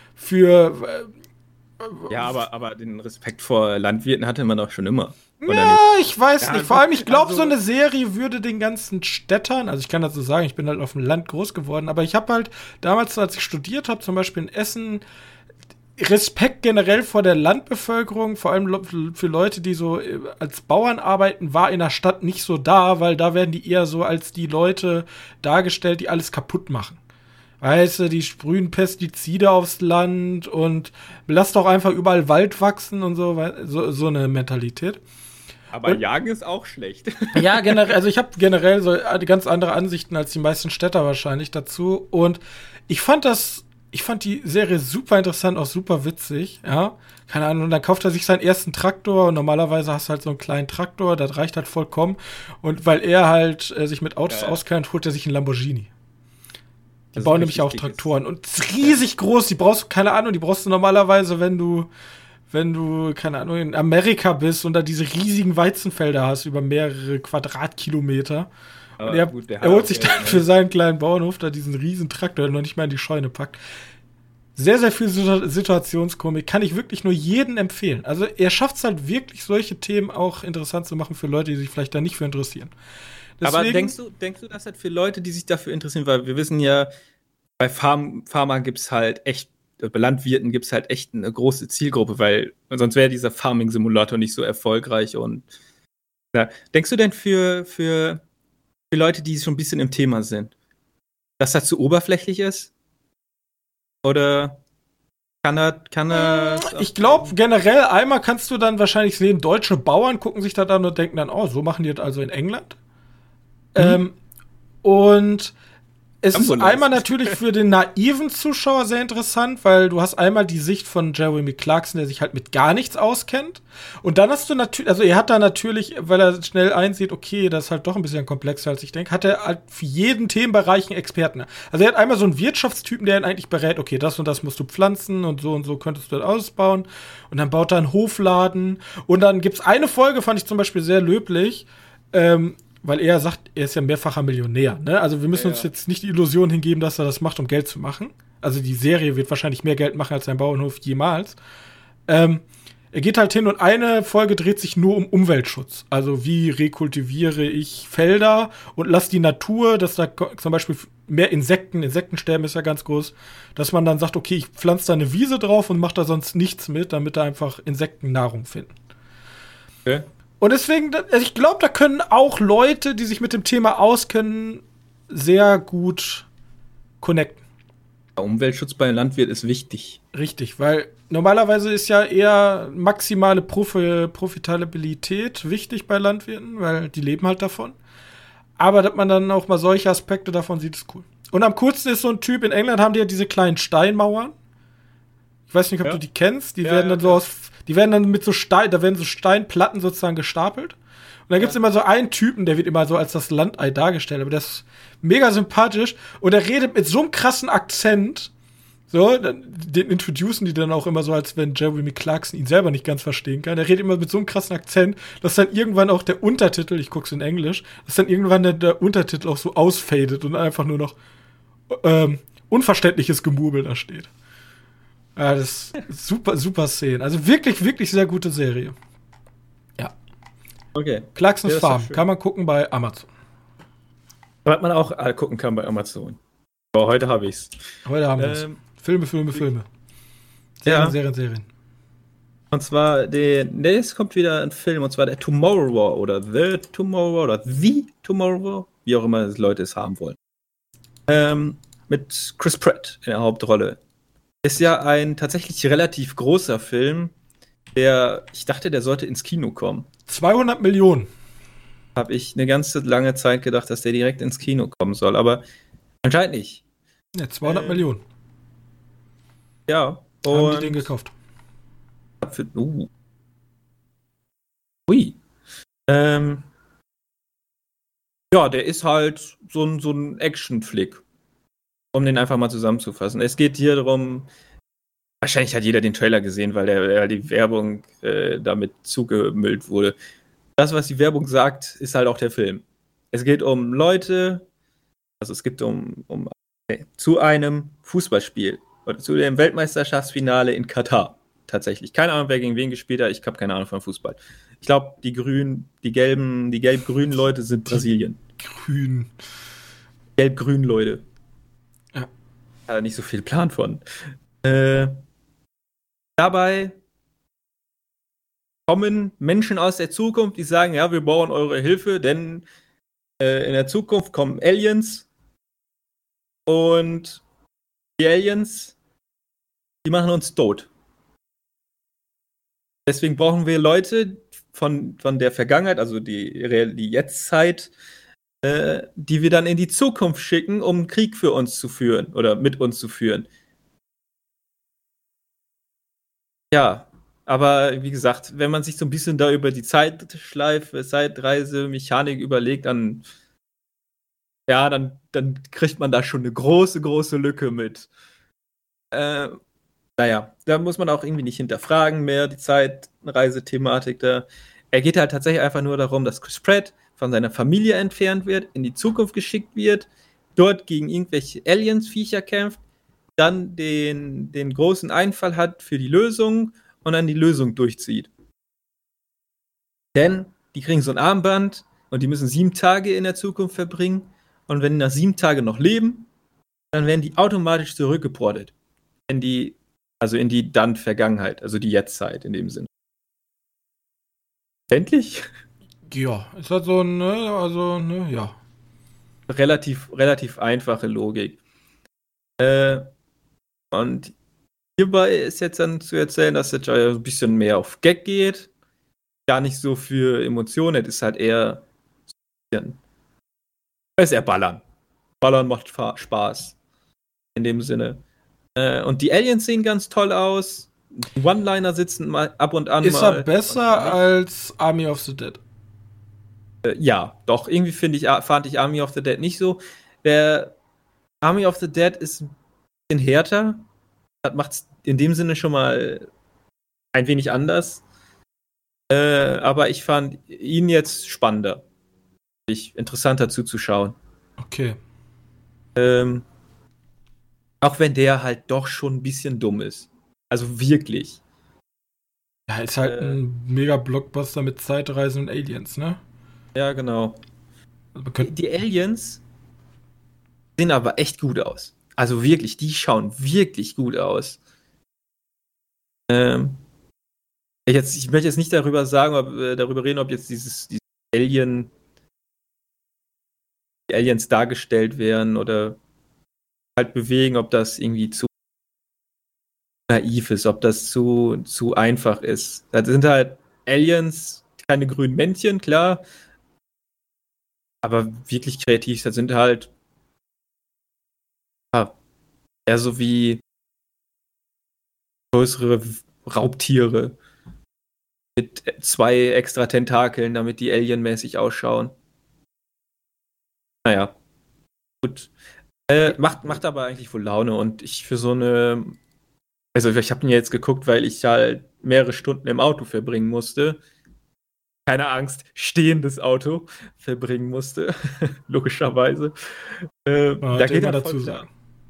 ja, aber den Respekt vor Landwirten hatte man doch schon immer. Ja, ich weiß nicht. Vor allem, ich glaube, so eine Serie würde den ganzen Städtern, also ich kann dazu sagen, ich bin halt auf dem Land groß geworden, aber ich habe halt damals, als ich studiert habe, zum Beispiel in Essen, Respekt generell vor der Landbevölkerung, vor allem für Leute, die so als Bauern arbeiten, war in der Stadt nicht so da, weil da werden die eher so als die Leute dargestellt, die alles kaputt machen. Weißt du, die sprühen Pestizide aufs Land und lasst doch einfach überall Wald wachsen und so eine Mentalität. Aber Jagen ist auch schlecht. Ja, generell, also ich habe generell so ganz andere Ansichten als die meisten Städter wahrscheinlich dazu. Und ich fand die Serie super interessant, auch super witzig, ja. Keine Ahnung, und dann kauft er sich seinen ersten Traktor und normalerweise hast du halt so einen kleinen Traktor, das reicht halt vollkommen. Und weil er halt sich mit Autos auskennt, holt er sich einen Lamborghini. Die bauen nämlich auch Traktoren und riesig groß, die brauchst du normalerweise, wenn du, keine Ahnung, in Amerika bist und da diese riesigen Weizenfelder hast über mehrere Quadratkilometer. Und er holt sich dann für seinen kleinen Bauernhof da diesen riesen Traktor, der noch nicht mal in die Scheune packt. Sehr, sehr viel Situationskomik. Kann ich wirklich nur jedem empfehlen. Also er schafft es halt wirklich, solche Themen auch interessant zu machen für Leute, die sich vielleicht da nicht für interessieren. Deswegen, aber denkst du, dass halt für Leute, die sich dafür interessieren, weil wir wissen ja, bei Pharma gibt's halt echt, bei Landwirten gibt's halt echt eine große Zielgruppe, weil sonst wäre dieser Farming-Simulator nicht so erfolgreich. Und ja, denkst du denn für Leute, die schon ein bisschen im Thema sind, dass das zu oberflächlich ist? Oder kann er ich glaube, generell einmal kannst du dann wahrscheinlich sehen, deutsche Bauern gucken sich da dann und denken dann, so machen die das also in England. Und Es ist einmal natürlich für den naiven Zuschauer sehr interessant, weil du hast einmal die Sicht von Jeremy Clarkson, der sich halt mit gar nichts auskennt. Und dann hast du natürlich, also er hat da natürlich, weil er schnell einsieht, okay, das ist halt doch ein bisschen komplexer, als ich denke, hat er halt für jeden Themenbereich einen Experten. Also er hat einmal so einen Wirtschaftstypen, der ihn eigentlich berät, okay, das und das musst du pflanzen und so könntest du das ausbauen. Und dann baut er einen Hofladen. Und dann gibt's eine Folge, fand ich zum Beispiel sehr löblich, weil er sagt, er ist ja mehrfacher Millionär. Ne? Also wir müssen uns jetzt nicht die Illusion hingeben, dass er das macht, um Geld zu machen. Also die Serie wird wahrscheinlich mehr Geld machen als sein Bauernhof jemals. Er geht halt hin und eine Folge dreht sich nur um Umweltschutz. Also wie rekultiviere ich Felder und lass die Natur, dass da zum Beispiel mehr Insektensterben ist ja ganz groß, dass man dann sagt, okay, ich pflanze da eine Wiese drauf und mache da sonst nichts mit, damit da einfach Insekten Nahrung finden. Okay. Und deswegen, also ich glaube, da können auch Leute, die sich mit dem Thema auskennen, sehr gut connecten. Umweltschutz bei Landwirt ist wichtig. Richtig, weil normalerweise ist ja eher maximale Profitabilität wichtig bei Landwirten, weil die leben halt davon. Aber dass man dann auch mal solche Aspekte davon sieht, ist cool. Und am coolsten ist so ein Typ, in England haben die ja diese kleinen Steinmauern. Ich weiß nicht, ob du die kennst. Die werden dann so die werden dann mit so da werden so Steinplatten sozusagen gestapelt. Und dann gibt's immer so einen Typen, der wird immer so als das Landei dargestellt, aber der ist mega sympathisch und er redet mit so einem krassen Akzent. So, den introducen die dann auch immer so, als wenn Jeremy Clarkson ihn selber nicht ganz verstehen kann. Er redet immer mit so einem krassen Akzent, dass dann irgendwann auch der Untertitel, ich guck's in Englisch, dass dann irgendwann der Untertitel auch so ausfadet und einfach nur noch unverständliches Gemurmel da steht. Ja, das ist super Szene. Also wirklich, wirklich sehr gute Serie. Ja. Okay. Clarksons Farm. Kann man gucken bei Amazon. Was man auch gucken kann bei Amazon. Aber heute habe ich's. Heute haben wir es. Filme. Serien. Und zwar, es kommt wieder ein Film, und zwar der Tomorrow War oder The Tomorrow oder The Tomorrow War, wie auch immer Leute es haben wollen. Mit Chris Pratt in der Hauptrolle. Ist ja ein tatsächlich relativ großer Film, ich dachte, der sollte ins Kino kommen. 200 Millionen. Habe ich eine ganze lange Zeit gedacht, dass der direkt ins Kino kommen soll, aber anscheinend nicht. Ja, 200 Millionen. Ja. Haben die den gekauft? Ui. Ja, der ist halt so ein Action-Flick. Um den einfach mal zusammenzufassen. Es geht hier darum, wahrscheinlich hat jeder den Trailer gesehen, weil die Werbung damit zugemüllt wurde. Das, was die Werbung sagt, ist halt auch der Film. Es geht um Leute, also es geht zu einem Fußballspiel oder zu dem Weltmeisterschaftsfinale in Katar. Tatsächlich. Keine Ahnung, wer gegen wen gespielt hat. Ich habe keine Ahnung von Fußball. Ich glaube, die gelb-grünen Leute sind Brasilien. Gelb-grün Leute. Nicht so viel Plan von. Dabei kommen Menschen aus der Zukunft, die sagen, ja, wir brauchen eure Hilfe, denn in der Zukunft kommen Aliens und die Aliens, die machen uns tot. Deswegen brauchen wir Leute von der Vergangenheit, also die Jetztzeit, die wir dann in die Zukunft schicken, um Krieg für uns zu führen oder mit uns zu führen. Ja, aber wie gesagt, wenn man sich so ein bisschen da über die Zeitschleife, Zeitreise, Mechanik überlegt, dann kriegt man da schon eine große Lücke mit. Naja, da muss man auch irgendwie nicht hinterfragen mehr, die Zeitreise-Thematik da. Er geht halt tatsächlich einfach nur darum, dass Chris Pratt von seiner Familie entfernt wird, in die Zukunft geschickt wird, dort gegen irgendwelche Aliens-Viecher kämpft, dann den großen Einfall hat für die Lösung und dann die Lösung durchzieht. Denn die kriegen so ein Armband und die müssen 7 Tage in der Zukunft verbringen und wenn die nach 7 Tagen noch leben, dann werden die automatisch zurückgeportet. In die dann Vergangenheit, also die Jetztzeit in dem Sinne. Verständlich? Ja, ist halt so, ja. Relativ einfache Logik. Und hierbei ist jetzt dann zu erzählen, dass der Jaya ein bisschen mehr auf Gag geht. Gar nicht so für Emotionen, es ist halt eher ballern. Ballern macht Spaß. In dem Sinne. Und die Aliens sehen ganz toll aus. Die One-Liner sitzen mal ab und an. Ist er besser als Army of the Dead? Ja, doch. Irgendwie fand ich Army of the Dead nicht so. Der Army of the Dead ist ein bisschen härter. Das macht es in dem Sinne schon mal ein wenig anders. Aber ich fand ihn jetzt spannender. Interessanter zuzuschauen. Okay. Auch wenn der halt doch schon ein bisschen dumm ist. Also wirklich. Ja, ist halt ein Mega-Blockbuster mit Zeitreisen und Aliens, ne? Ja, genau. Also Die Aliens sehen aber echt gut aus. Also wirklich, die schauen wirklich gut aus. Ich möchte jetzt nicht darüber reden, ob jetzt dieses die Aliens dargestellt werden oder halt bewegen, ob das irgendwie zu naiv ist, ob das zu einfach ist. Das sind halt Aliens, keine grünen Männchen, klar. Aber wirklich kreativ, das sind halt eher so wie größere Raubtiere mit 2 extra Tentakeln, damit die alienmäßig ausschauen. Naja, gut. Macht aber eigentlich wohl Laune und ich für so eine. Also, ich habe ihn ja jetzt geguckt, weil ich halt mehrere Stunden im Auto verbringen musste. Keine Angst, stehendes Auto verbringen musste. Logischerweise. Da geht er dazu sagen.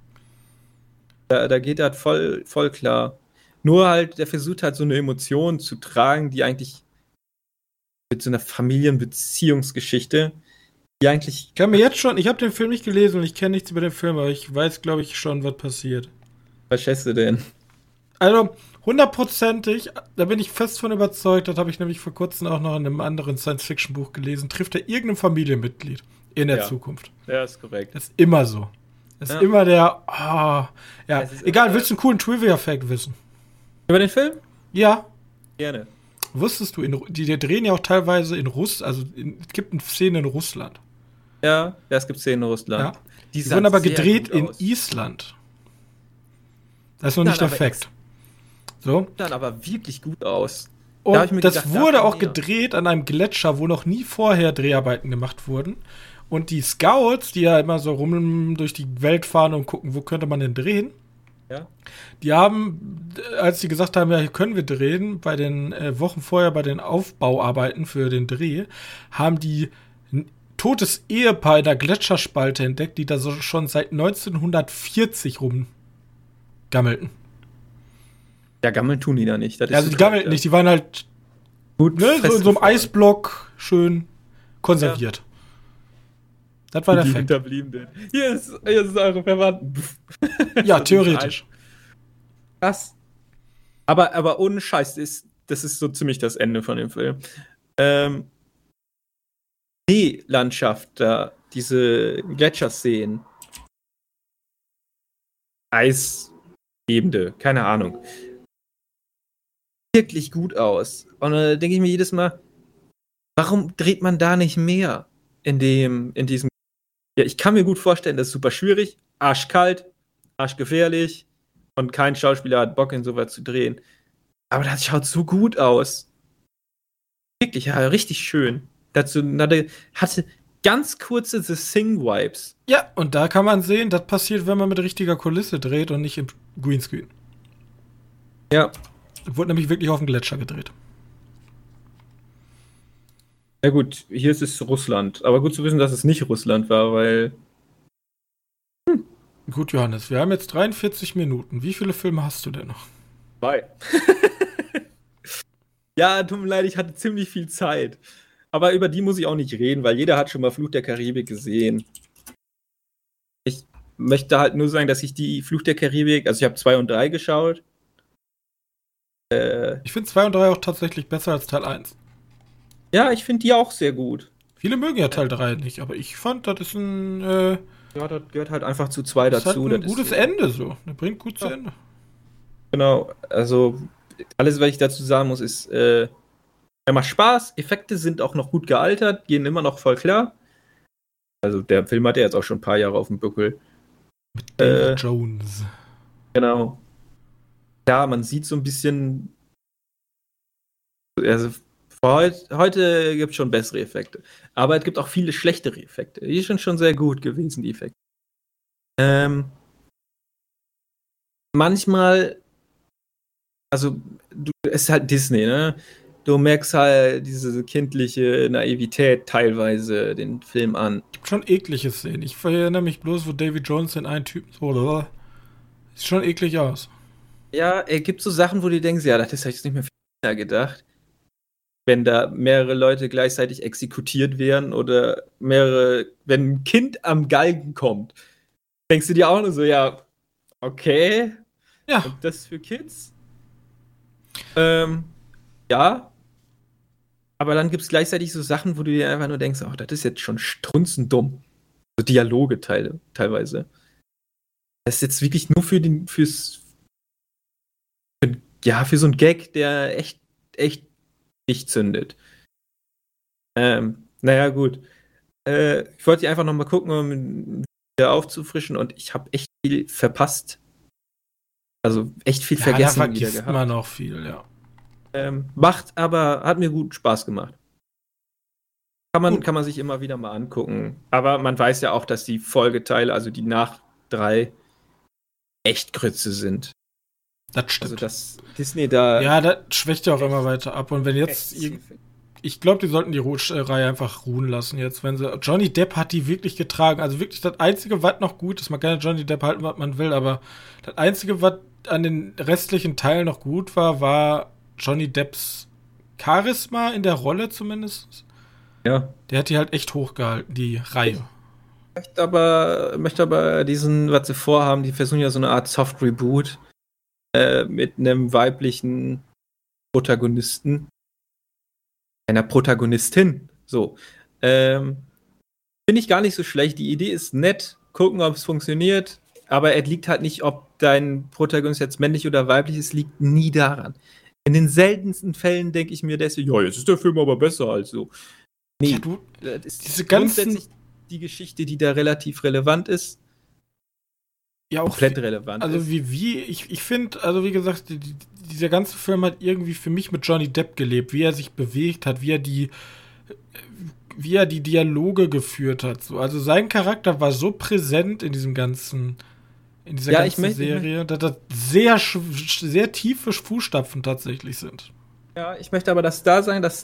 Da geht er voll klar. Nur halt, der versucht halt so eine Emotion zu tragen, die eigentlich mit so einer Familienbeziehungsgeschichte, die eigentlich. Ich habe den Film nicht gelesen und ich kenne nichts über den Film, aber ich weiß, glaube ich, schon, was passiert. Was schätzt du denn? Also, 100%ig, da bin ich fest von überzeugt, das habe ich nämlich vor kurzem auch noch in einem anderen Science-Fiction-Buch gelesen, trifft er irgendein Familienmitglied in der Zukunft. Ja, ist korrekt. Das ist immer so. Das ist immer der, egal, willst du einen coolen Trivia-Fact wissen? Über den Film? Ja. Gerne. Wusstest du, die drehen ja auch teilweise in Russland, es gibt eine Szene in Russland. Ja, es gibt Szenen in Russland. Ja. Die wurden aber gedreht in Island. Das ist noch nicht der Fakt. So. Dann aber wirklich gut aus. Und das wurde auch gedreht an einem Gletscher, wo noch nie vorher Dreharbeiten gemacht wurden. Und die Scouts, die ja immer so rum durch die Welt fahren und gucken, wo könnte man denn drehen, die haben, als sie gesagt haben, ja, hier können wir drehen, bei den Wochen vorher bei den Aufbauarbeiten für den Dreh, haben die ein totes Ehepaar in der Gletscherspalte entdeckt, die da so schon seit 1940 rumgammelten. Ja, gammeln tun die da nicht. Also die gammelten nicht, die waren halt gut, ne, so in so einem Eisblock schön konserviert. Ja. Das war der Fakt. Hier ist eure Verwandten. Ja, theoretisch. Krass. Aber ohne Scheiß, das ist so ziemlich das Ende von dem Film. Die Landschaft da, diese Gletscherszenen. Eisebene, keine Ahnung. Wirklich gut aus. Und da denke ich mir jedes Mal, warum dreht man da nicht mehr in diesem. Ja, ich kann mir gut vorstellen, das ist super schwierig, arschkalt, arschgefährlich und kein Schauspieler hat Bock, in sowas zu drehen. Aber das schaut so gut aus. Wirklich, ja, richtig schön. Dazu hatte ganz kurze The Thing-Vibes. Ja, und da kann man sehen, das passiert, wenn man mit richtiger Kulisse dreht und nicht im Greenscreen. Ja. Wurde nämlich wirklich auf dem Gletscher gedreht. Ja gut, hier ist es Russland. Aber gut zu wissen, dass es nicht Russland war, weil. Gut, Johannes, wir haben jetzt 43 Minuten. Wie viele Filme hast du denn noch? 2. Ja, tut mir leid, ich hatte ziemlich viel Zeit. Aber über die muss ich auch nicht reden, weil jeder hat schon mal Fluch der Karibik gesehen. Ich möchte halt nur sagen, dass ich die Fluch der Karibik, also ich habe 2 und 3 geschaut. Ich finde 2 und 3 auch tatsächlich besser als Teil 1. Ja, ich finde die auch sehr gut. Viele mögen ja Teil 3 nicht, aber ich fand, das ist ein. Ja, das gehört halt einfach zu 2 dazu. Das ist halt ein gutes Ende so. Das bringt gut zu Ende. Genau, also alles, was ich dazu sagen muss, ist, macht Spaß. Effekte sind auch noch gut gealtert, gehen immer noch voll klar. Also der Film hat ja jetzt auch schon ein paar Jahre auf dem Buckel. Mit David Jones. Genau. Ja, man sieht so ein bisschen. Also heute gibt es schon bessere Effekte. Aber es gibt auch viele schlechtere Effekte. Die sind schon sehr gut gewesen, die Effekte. Manchmal, also es ist halt Disney, ne? Du merkst halt diese kindliche Naivität teilweise den Film an. Gibt schon eklige Szenen. Ich erinnere mich bloß, wo David Jones den einen Typen so, sieht schon eklig aus. Ja, er gibt so Sachen, wo du denkst, ja, das hätte ich nicht mehr für Kinder gedacht. Wenn da mehrere Leute gleichzeitig exekutiert werden oder wenn ein Kind am Galgen kommt, denkst du dir auch nur so, ja, okay. Ja. Und das für Kids? Ja. Aber dann gibt es gleichzeitig so Sachen, wo du dir einfach nur denkst, oh, das ist jetzt schon strunzendumm. So Dialoge teilweise. Das ist jetzt wirklich nur für so einen Gag, der echt nicht zündet. Naja, gut. Ich wollte einfach noch mal gucken, um wieder aufzufrischen und ich habe echt viel verpasst. Also echt viel vergessen. Da vergisst man noch viel, ja. Hat mir gut Spaß gemacht. Kann man sich immer wieder mal angucken. Aber man weiß ja auch, dass die Folgeteile, also die nach 3, echt Grütze sind. Das stimmt. Also dass Disney da... Ja, das schwächt ja auch immer weiter ab. Und wenn jetzt... Ich glaube, die sollten die Reihe einfach ruhen lassen jetzt. Johnny Depp hat die wirklich getragen. Also wirklich das Einzige, was noch gut ist, man kann ja Johnny Depp halten, was man will, aber das Einzige, was an den restlichen Teilen noch gut war Johnny Depps Charisma in der Rolle zumindest. Ja. Der hat die halt echt hochgehalten, die Reihe. Ich möchte aber diesen, was sie vorhaben, die versuchen ja so eine Art Soft-Reboot mit einem weiblichen Protagonisten. Einer Protagonistin. So. Finde ich gar nicht so schlecht. Die Idee ist nett. Gucken, ob es funktioniert. Aber es liegt halt nicht, ob dein Protagonist jetzt männlich oder weiblich ist, liegt nie daran. In den seltensten Fällen denke ich mir deswegen, ja, jetzt ist der Film aber besser als so. Nee, das ist diese grundsätzlich die Geschichte, die da relativ relevant ist. Ja, auch komplett relevant also ist. Ich finde, also wie gesagt, dieser ganze Film hat irgendwie für mich mit Johnny Depp gelebt, wie er sich bewegt hat, wie er die Dialoge geführt hat. So. Also sein Charakter war so präsent in dieser ganzen Serie, dass das sehr tiefe Fußstapfen tatsächlich sind. Ja, ich möchte aber dass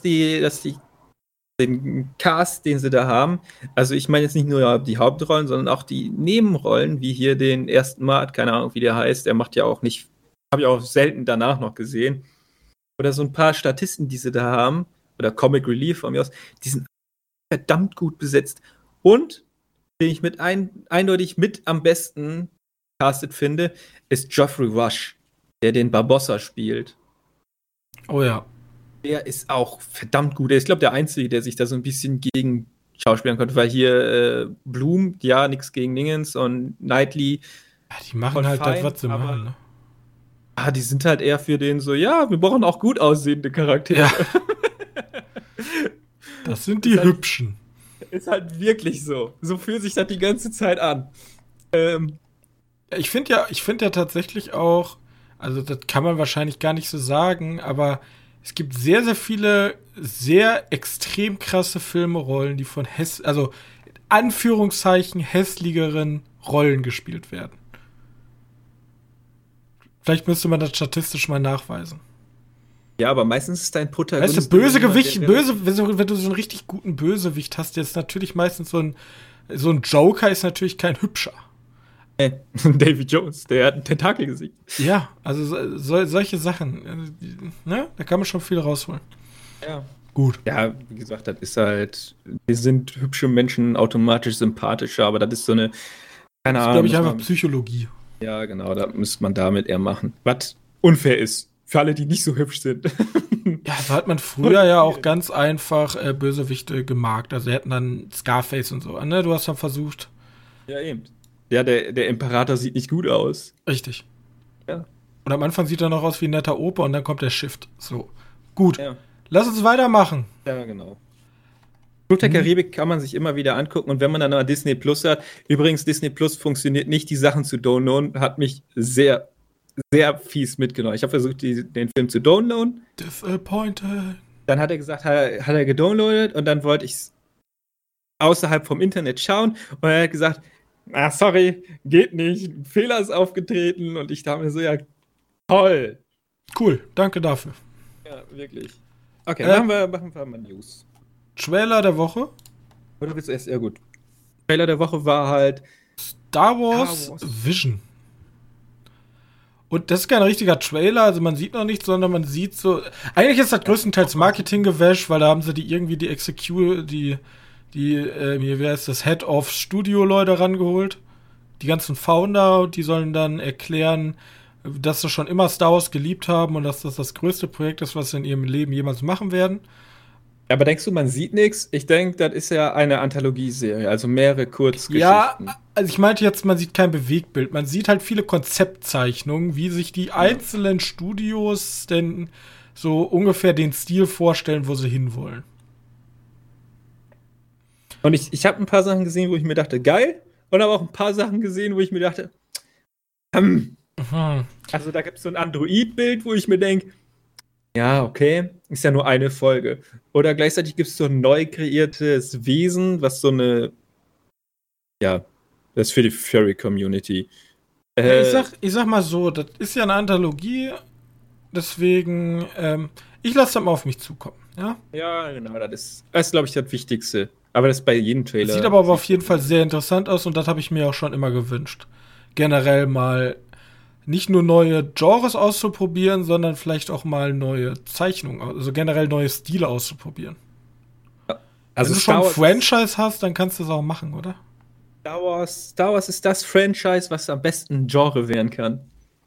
den Cast, den sie da haben, also ich meine jetzt nicht nur die Hauptrollen, sondern auch die Nebenrollen, wie hier den ersten Mart, keine Ahnung, wie der heißt, der macht ja auch nicht, habe ich auch selten danach noch gesehen. Oder so ein paar Statisten, die sie da haben, oder Comic Relief von mir aus, die sind verdammt gut besetzt. Und, den ich eindeutig mit am besten castet finde, ist Geoffrey Rush, der den Barbossa spielt. Oh ja. Der ist auch verdammt gut. Ich glaube, der Einzige, der sich da so ein bisschen gegen schauspielern konnte, weil hier Bloom, ja, nichts gegen Dingens und Knightley. Ja, die machen halt das, was sie machen, ne? Die sind halt eher für den so, ja, wir brauchen auch gut aussehende Charaktere. Ja. Das sind die Hübschen. Ist halt wirklich so. So fühlt sich das die ganze Zeit an. Ich finde ja tatsächlich auch, also das kann man wahrscheinlich gar nicht so sagen, aber es gibt sehr, sehr viele sehr extrem krasse Filmrollen, die von also in Anführungszeichen hässlicheren Rollen gespielt werden. Vielleicht müsste man das statistisch mal nachweisen. Ja, aber meistens ist dein Protagonist... Weißt du, wenn du so einen richtig guten Bösewicht hast, jetzt natürlich meistens so ein Joker ist natürlich kein hübscher. David Jones, der hat ein Tentakelgesicht. Ja, also solche Sachen, ne? Da kann man schon viel rausholen. Ja. Gut. Ja, wie gesagt, das ist halt, wir sind hübsche Menschen automatisch sympathischer, aber das ist so eine, keine Ahnung. Das ist, glaube ich, einfach Psychologie. Ja, genau, da müsste man damit eher machen. Was unfair ist, für alle, die nicht so hübsch sind. Ja, so hat man früher ja auch ganz einfach Bösewichte gemarkt. Also, hätten dann Scarface und so, ne? Du hast dann versucht. Ja, eben. Ja, der Imperator sieht nicht gut aus. Richtig. Ja. Und am Anfang sieht er noch aus wie ein netter Opa und dann kommt der Shift. So. Gut. Ja. Lass uns weitermachen. Ja, genau. Fluch der Karibik kann man sich immer wieder angucken und wenn man dann mal Disney Plus hat, übrigens Disney Plus funktioniert nicht, die Sachen zu downloaden, hat mich sehr, sehr fies mitgenommen. Ich habe versucht, den Film zu downloaden. Disappointed. Dann hat er gesagt, hat er gedownloadet und dann wollte ich es außerhalb vom Internet schauen und er hat gesagt, sorry, geht nicht, ein Fehler ist aufgetreten und ich dachte mir so, ja, toll. Cool, danke dafür. Ja, wirklich. Okay, machen wir mal News. Trailer der Woche? Oder willst du erst? Ja, gut. Trailer der Woche war halt Star Wars Vision. Und das ist kein richtiger Trailer, also man sieht noch nichts, sondern man sieht so. Eigentlich ist das größtenteils Marketing-Gewäsch, weil da haben sie die wie heißt das, Head of Studio-Leute rangeholt. Die ganzen Founder, die sollen dann erklären, dass sie schon immer Star Wars geliebt haben und dass das das größte Projekt ist, was sie in ihrem Leben jemals machen werden. Aber denkst du, man sieht nichts? Ich denke, das ist ja eine Anthologieserie, also mehrere Kurzgeschichten. Ja, also ich meinte jetzt, man sieht kein Bewegtbild. Man sieht halt viele Konzeptzeichnungen, wie sich die einzelnen Studios denn so ungefähr den Stil vorstellen, wo sie hinwollen. Und ich habe ein paar Sachen gesehen, wo ich mir dachte, geil. Und habe auch ein paar Sachen gesehen, wo ich mir dachte, Also da gibt es so ein Android-Bild, wo ich mir denke, ja, okay, ist ja nur eine Folge. Oder gleichzeitig gibt es so ein neu kreiertes Wesen, was so eine, ja, das ist für die Furry-Community. Ich sag mal so, das ist ja eine Anthologie, deswegen, ich lasse das mal auf mich zukommen, ja? Ja, genau, das ist glaube ich, das Wichtigste. Aber das ist bei jedem Trailer. Sieht aber auf jeden Fall sehr interessant aus und das habe ich mir auch schon immer gewünscht. Generell mal nicht nur neue Genres auszuprobieren, sondern vielleicht auch mal neue Zeichnungen, also generell neue Stile auszuprobieren. Also wenn du schon ein Franchise hast, dann kannst du das auch machen, oder? Star Wars ist das Franchise, was am besten ein Genre werden kann.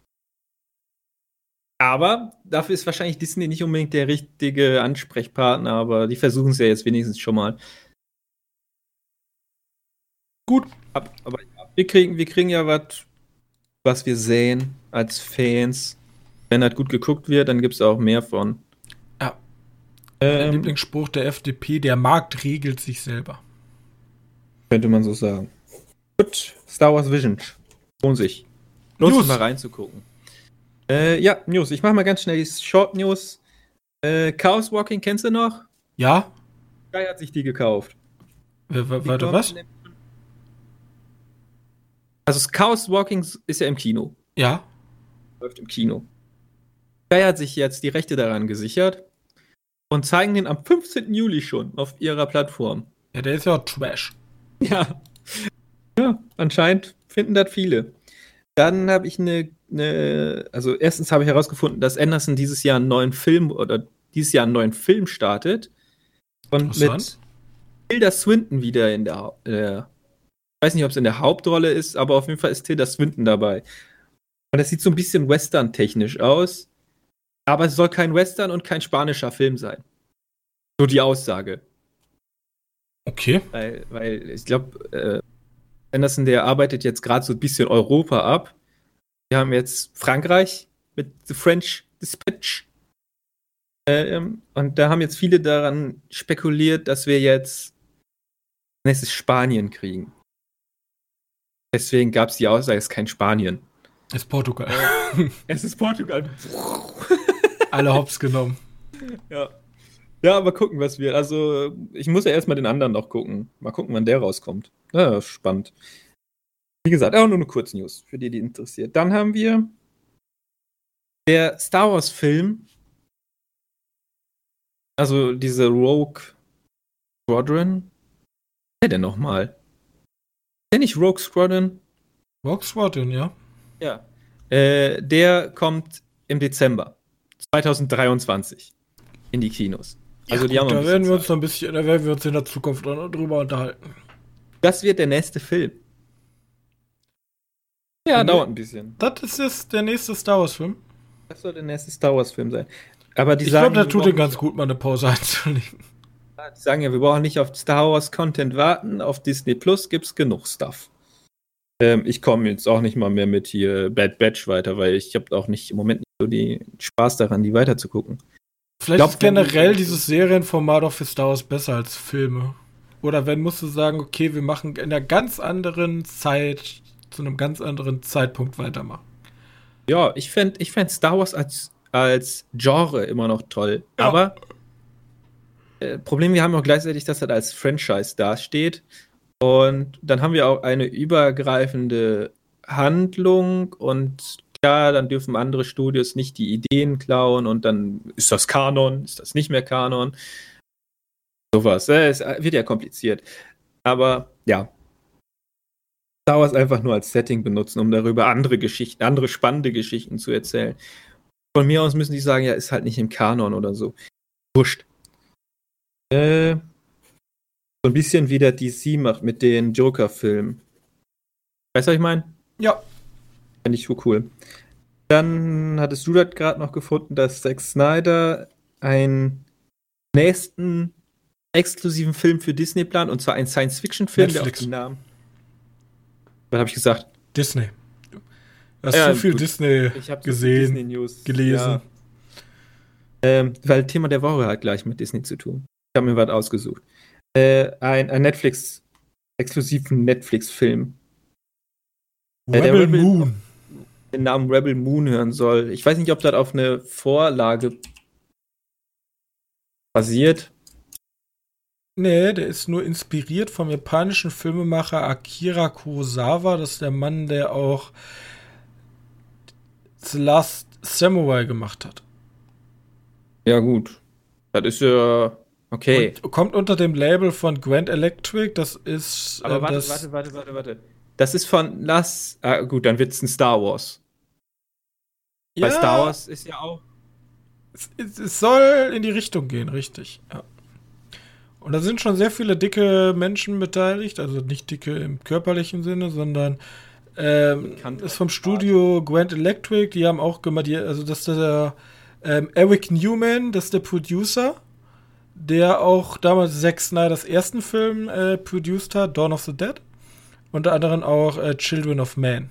Aber dafür ist wahrscheinlich Disney nicht unbedingt der richtige Ansprechpartner, aber die versuchen es ja jetzt wenigstens schon mal. Gut. Aber wir kriegen ja was wir sehen als Fans. Wenn halt gut geguckt wird, dann gibt es auch mehr von. Ja. Der Lieblingsspruch der FDP, der Markt regelt sich selber. Könnte man so sagen. Gut, Star Wars Vision. Lohnt sich. Lohnt sich mal reinzugucken. Ja, News. Ich mache mal ganz schnell die Short News. Chaos Walking, kennst du noch? Ja. Sky hat sich die gekauft. Warte, was? Also Chaos Walking ist ja im Kino. Ja. Läuft im Kino. Sky hat sich jetzt die Rechte daran gesichert und zeigen den am 15. Juli schon auf ihrer Plattform. Ja, der ist ja auch Trash. Ja. Ja, anscheinend finden das viele. Dann habe ich also erstens habe ich herausgefunden, dass Anderson dieses Jahr einen neuen Film startet. Und mit Tilda Swinton wieder in der ich weiß nicht, ob es in der Hauptrolle ist, aber auf jeden Fall ist Tilda Swinton dabei. Und das sieht so ein bisschen Western-technisch aus. Aber es soll kein Western und kein spanischer Film sein. So die Aussage. Okay. Weil ich glaube, Anderson, der arbeitet jetzt gerade so ein bisschen Europa ab. Wir haben jetzt Frankreich mit The French Dispatch. Und da haben jetzt viele daran spekuliert, dass wir jetzt nächstes Spanien kriegen. Deswegen gab es die Aussage, es ist kein Spanien. Es ist Portugal. Es ist Portugal. Alle hops genommen. Ja. Ja, aber gucken, was wir. Also, ich muss ja erstmal den anderen noch gucken. Mal gucken, wann der rauskommt. Ja, spannend. Wie gesagt, auch nur eine Kurznews, für die interessiert. Dann haben wir der Star Wars Film. Also, diese Rogue Squadron. Was ist der denn nochmal? Ist der nicht Rogue Squadron? Rogue Squadron, ja. Ja. Der kommt im Dezember 2023 in die Kinos. Also die gut, haben da werden wir uns in der Zukunft noch drüber unterhalten. Das wird der nächste Film. Ja, dauert ein bisschen. Das ist der nächste Star Wars Film. Das soll der nächste Star Wars Film sein. Aber ich glaube, da tut es ganz gut, mal eine Pause einzulegen. Die sagen ja, wir brauchen nicht auf Star Wars Content warten. Auf Disney Plus gibt's genug Stuff. Ich komme jetzt auch nicht mal mehr mit hier Bad Batch weiter, weil ich habe auch nicht im Moment nicht so den Spaß daran, die weiter zu gucken. Vielleicht ist generell dieses Serienformat auch für Star Wars besser als Filme. Oder wenn, musst du sagen, okay, wir machen in einer ganz anderen Zeit, zu einem ganz anderen Zeitpunkt weitermachen. Ja, ich fänd Star Wars als Genre immer noch toll. Ja. Aber Problem, wir haben auch gleichzeitig, dass das als Franchise dasteht. Und dann haben wir auch eine übergreifende Handlung und klar, dann dürfen andere Studios nicht die Ideen klauen und dann ist das Kanon, ist das nicht mehr Kanon. Sowas. Es wird ja kompliziert. Aber ja, Star Wars einfach nur als Setting benutzen, um darüber andere Geschichten, andere spannende Geschichten zu erzählen. Von mir aus müssen die sagen, ja, ist halt nicht im Kanon oder so. Wurscht. So ein bisschen wie der DC macht mit den Joker-Filmen. Weißt du, was ich meine? Ja. Fände ich so cool. Dann hattest du das gerade noch gefunden, dass Zack Snyder einen nächsten exklusiven Film für Disney plant, und zwar einen Science-Fiction-Film, der auch Netflix. den Namen. Was habe ich gesagt? Disney. Du hast Ja, zu viel gut. Disney Ich habe gesehen, Disney-News gelesen. Ja. Weil Thema der Woche hat gleich mit Disney zu tun. Ich habe mir was ausgesucht. Ein exklusiven Netflix-Film. Der Rebel Moon. Den Namen Rebel Moon hören soll. Ich weiß nicht, ob das auf eine Vorlage basiert. Nee, der ist nur inspiriert vom japanischen Filmemacher Akira Kurosawa. Das ist der Mann, der auch The Last Samurai gemacht hat. Ja, gut. Das ist ja okay. Und kommt unter dem Label von Grand Electric. Das ist Aber warte. Das ist von gut, dann wird es ein Star Wars. Ja, Weil Star Wars ist ja auch. es soll in die Richtung gehen, richtig. Ja. Und da sind schon sehr viele dicke Menschen beteiligt, also nicht dicke im körperlichen Sinne, sondern ist vom Studio Grand Electric, die haben auch gemacht, also das ist der Eric Newman, das ist der Producer, der auch damals Zack Snyders ersten Film produced hat, Dawn of the Dead. Unter anderem auch Children of Man.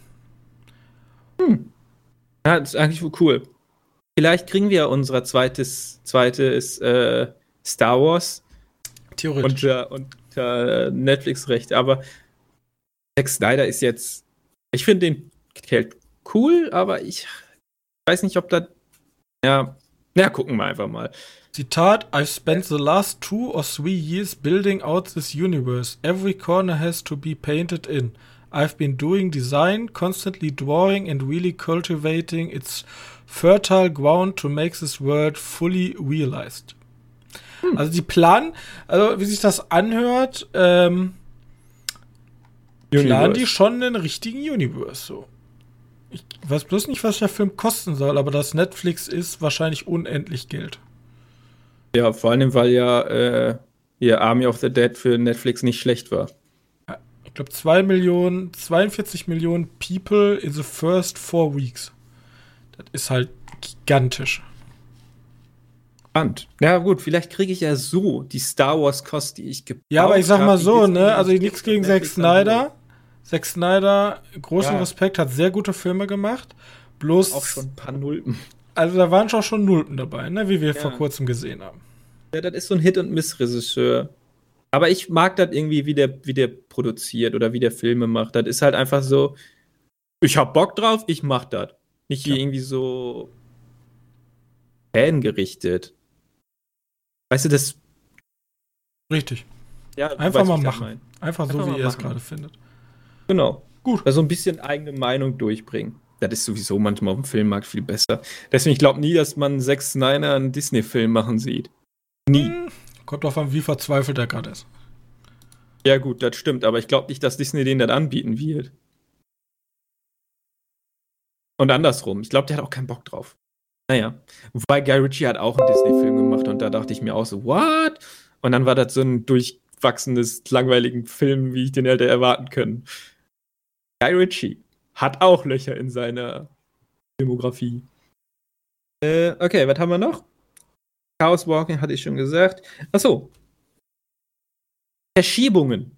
Ja, das ist eigentlich wohl cool. Vielleicht kriegen wir unser zweites Star Wars Theoretisch. unter Netflix-Recht. Aber Zack Snyder ist jetzt. Ich finde den Kerl cool, aber ich weiß nicht, ob das. Ja, gucken wir einfach mal. Zitat: I've spent the last 2 or 3 years building out this universe. Every corner has to be painted in. I've been doing design, constantly drawing and really cultivating its fertile ground to make this world fully realized. Also die planen, also wie sich das anhört, planen die schon einen richtigen Universe. So. Ich weiß bloß nicht, was der Film kosten soll, aber das Netflix ist wahrscheinlich unendlich Geld. Ja, vor allem, weil ja Army of the Dead für Netflix nicht schlecht war. Ich glaube 42 Millionen People in the first 4 weeks. Das ist halt gigantisch. Spannend. Ja gut, vielleicht kriege ich ja so die Star Wars Kost, die ich gebraucht habe. Ja, aber ich sag mal so, Disney, ne, also nichts gegen Zack Snyder. Zack Snyder, großen Respekt, hat sehr gute Filme gemacht. Bloß auch schon ein paar Nulpen. Also da waren schon Nulpen dabei, ne, wie wir vor kurzem gesehen haben. Ja, das ist so ein Hit-und-Miss-Regisseur. Aber ich mag das irgendwie, wie der produziert oder wie der Filme macht. Das ist halt einfach so, ich hab Bock drauf, ich mach das. Nicht wie irgendwie so fangerichtet. Weißt du, das. Richtig. Ja, einfach mal machen. Einfach so, wie ihr es gerade findet. Genau. Gut. Also ein bisschen eigene Meinung durchbringen. Das ist sowieso manchmal auf dem Filmmarkt viel besser. Deswegen, ich glaube nie, dass man Zack Snyder einen Disney-Film machen sieht. Nie. Kommt drauf an, wie verzweifelt er gerade ist. Ja gut, das stimmt. Aber ich glaube nicht, dass Disney den das anbieten wird. Und andersrum. Ich glaube, der hat auch keinen Bock drauf. Naja. Wobei Guy Ritchie hat auch einen Disney-Film gemacht und da dachte ich mir auch so, what? Und dann war das so ein durchwachsenes, langweiligen Film, wie ich den hätte erwarten können. Guy Ritchie hat auch Löcher in seiner Filmografie. Okay, was haben wir noch? Chaos Walking hatte ich schon gesagt. Achso. Verschiebungen.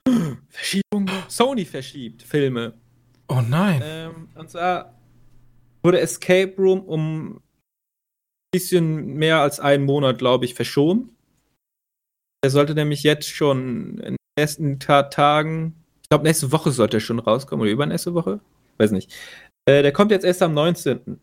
Sony verschiebt Filme. Oh nein. Und zwar wurde Escape Room um ein bisschen mehr als einen Monat, glaube ich, verschoben. Der sollte nämlich jetzt schon in den nächsten Tagen, ich glaube nächste Woche sollte er schon rauskommen, oder übernächste Woche? Weiß nicht. Der kommt jetzt erst am 19.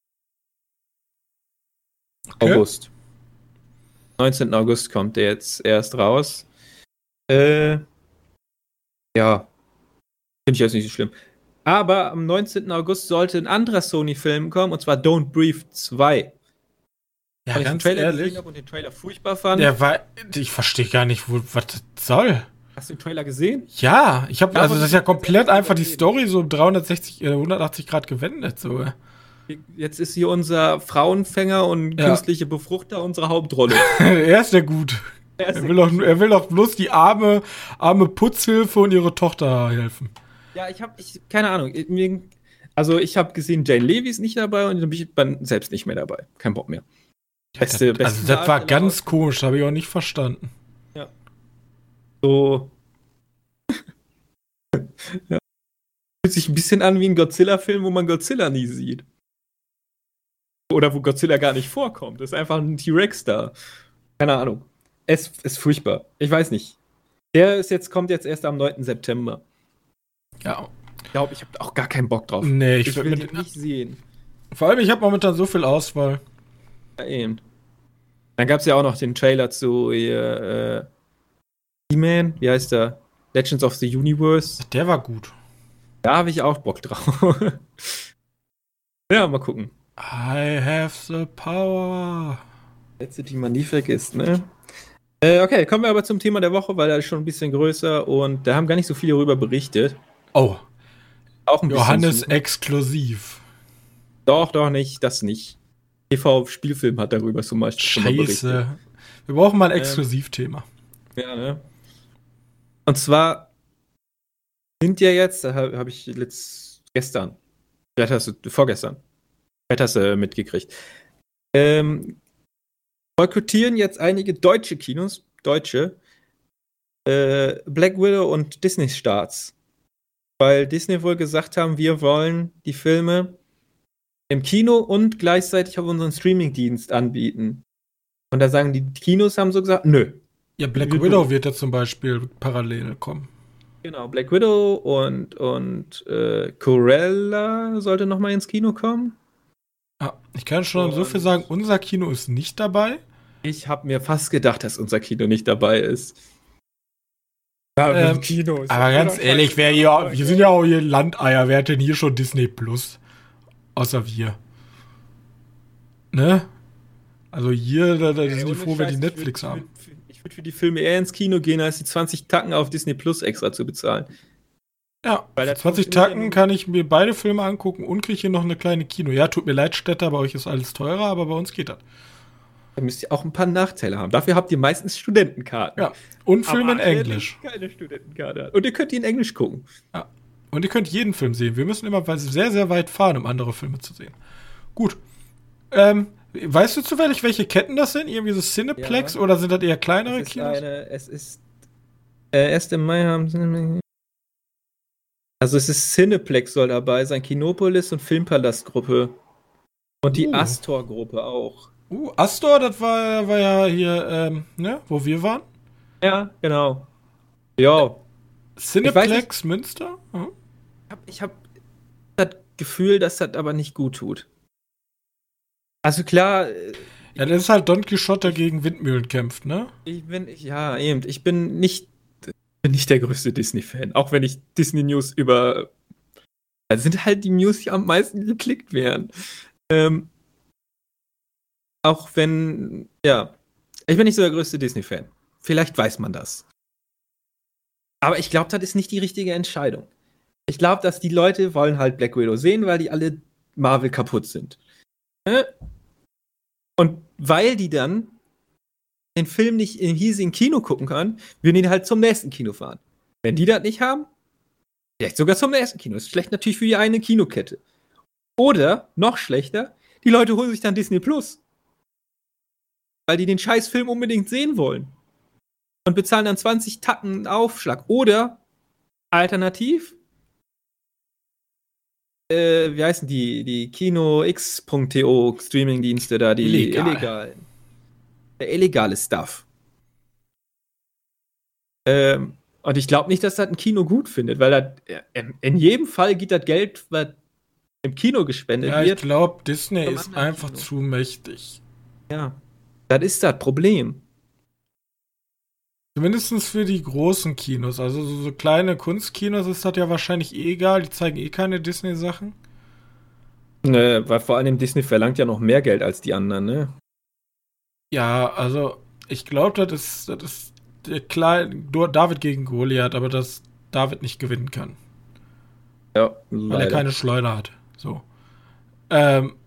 Okay. August. 19. August kommt der jetzt erst raus. Ja, finde ich jetzt nicht so schlimm. Aber am 19. August sollte ein anderer Sony-Film kommen, und zwar Don't Breathe 2. Ja, Weil ich den ganz Trailer ehrlich. gesehen habe und den Trailer furchtbar fand. Ich verstehe gar nicht, was das soll. Hast du den Trailer gesehen? Ja, ich habe, Ja, also aber das ist ja wir- komplett einfach die reden. Story so 360, 180 Grad gewendet, so. Jetzt ist hier unser Frauenfänger und Ja. künstliche Befruchter unsere Hauptrolle. Er ist der Gut. Er will doch bloß die arme Putzhilfe und ihre Tochter helfen. Ja, keine Ahnung. Also ich habe gesehen, Jane Levy ist nicht dabei und dann bin ich dann selbst nicht mehr dabei. Kein Bock mehr. Also das war Darsteller ganz aus- komisch, habe ich auch nicht verstanden. So. Ja. Fühlt sich ein bisschen an wie ein Godzilla-Film, wo man Godzilla nie sieht. Oder wo Godzilla gar nicht vorkommt. Das ist einfach ein T-Rex da. Keine Ahnung. Es ist furchtbar. Ich weiß nicht. Kommt jetzt erst am 9. September. Ja. Ich glaube, ich habe auch gar keinen Bock drauf. Nee, Ich will den nicht sehen. Vor allem, ich habe momentan so viel Auswahl. Ja, eben. Dann gab es ja auch noch den Trailer zu He-Man. Wie heißt der? Legends of the Universe. Der war gut. Da habe ich auch Bock drauf. Ja, mal gucken. I have the power. Sätze, die man nie vergisst, ne? Okay, kommen wir aber zum Thema der Woche, weil er ist schon ein bisschen größer und da haben gar nicht so viele darüber berichtet. Oh, Auch ein Johannes bisschen. exklusiv. Doch nicht, das nicht. TV-Spielfilm hat darüber zum Beispiel schon mal berichtet. Scheiße. Wir brauchen mal ein Exklusivthema. Ja, ne? Und zwar sind ja jetzt, da habe ich vorgestern, vielleicht hast du mitgekriegt, boykottieren jetzt einige deutsche Kinos, Black Widow und Disney-Starts. Weil Disney wohl gesagt haben, wir wollen die Filme im Kino und gleichzeitig auf unseren Streaming-Dienst anbieten. Und da sagen die Kinos haben so gesagt, nö. Ja, Black Wir Widow durch. wird ja zum Beispiel parallel kommen. Genau, Black Widow und Cruella sollte noch mal ins Kino kommen. Ja, ich kann schon so viel Und- sagen, unser Kino ist nicht dabei. Ich habe mir fast gedacht, dass unser Kino nicht dabei ist. Ja, Kinos. Aber ganz ehrlich, wir sind ja auch hier Landeier. Wer hat denn hier schon Disney Plus? Außer wir. Ne? Also hier, da sind die froh, wenn die Netflix haben. Ich würde für die Filme eher ins Kino gehen, als die 20 Tacken auf Disney Plus extra zu bezahlen. Ja, Weil für das 20 funktioniert Tacken ja- kann ich mir beide Filme angucken und kriege hier noch eine kleine Kino. Ja, tut mir leid, Städter, bei euch ist alles teurer, aber bei uns geht das. Da müsst ihr auch ein paar Nachteile haben. Dafür habt ihr meistens Studentenkarten. Ja, und Filme in Aber alle, Englisch. die keine Studentenkarte hat. Und ihr könnt die in Englisch gucken. Ja. Und ihr könnt jeden Film sehen. Wir müssen immer sehr, sehr weit fahren, um andere Filme zu sehen. Gut. Weißt du zufällig, welche Ketten das sind? Irgendwie so Cineplex Ja. oder sind das eher kleinere Kinos? Es ist 1. Mai haben sie. Also es ist Cineplex soll dabei sein, Kinopolis und Filmpalast-Gruppe. Und die Astor-Gruppe auch. Astor, das war ja hier, ne, wo wir waren. Ja, genau. Ja. Cineplex Münster? Hm? Ich hab das Gefühl, dass das aber nicht gut tut. Also klar, Ja, das ist halt Don Quixote, der gegen Windmühlen kämpft, ne? ich bin nicht der größte Disney-Fan. Auch wenn ich Disney-News da sind halt die News, die am meisten geklickt werden. Auch wenn, ja, ich bin nicht so der größte Disney-Fan. Vielleicht weiß man das. Aber ich glaube, das ist nicht die richtige Entscheidung. Ich glaube, dass die Leute wollen halt Black Widow sehen, weil die alle Marvel kaputt sind. Und weil die dann den Film nicht im hiesigen Kino gucken können, würden die halt zum nächsten Kino fahren. Wenn die das nicht haben, vielleicht sogar zum nächsten Kino. Ist schlecht natürlich für die eine Kinokette. Oder, noch schlechter, die Leute holen sich dann Disney Plus. Weil die den Scheißfilm unbedingt sehen wollen. Und bezahlen dann 20 Tacken Aufschlag. Oder, alternativ, wie heißen die KinoX.to Streamingdienste da, die Illegal. illegalen. Der illegale Stuff. Und ich glaube nicht, dass das ein Kino gut findet, weil in jedem Fall geht das Geld, was im Kino gespendet Ja, ich wird. glaube, Disney Vom ist anderen einfach Kino. zu mächtig. Ja, das ist das Problem. Zumindest für die großen Kinos. Also so kleine Kunstkinos ist das ja wahrscheinlich eh egal. Die zeigen eh keine Disney-Sachen. Weil vor allem Disney verlangt ja noch mehr Geld als die anderen, ne? Ja, also ich glaube, das ist der kleine David gegen Goliath, aber dass David nicht gewinnen kann, Ja, weil er leider. keine Schleuder hat. So. Ähm,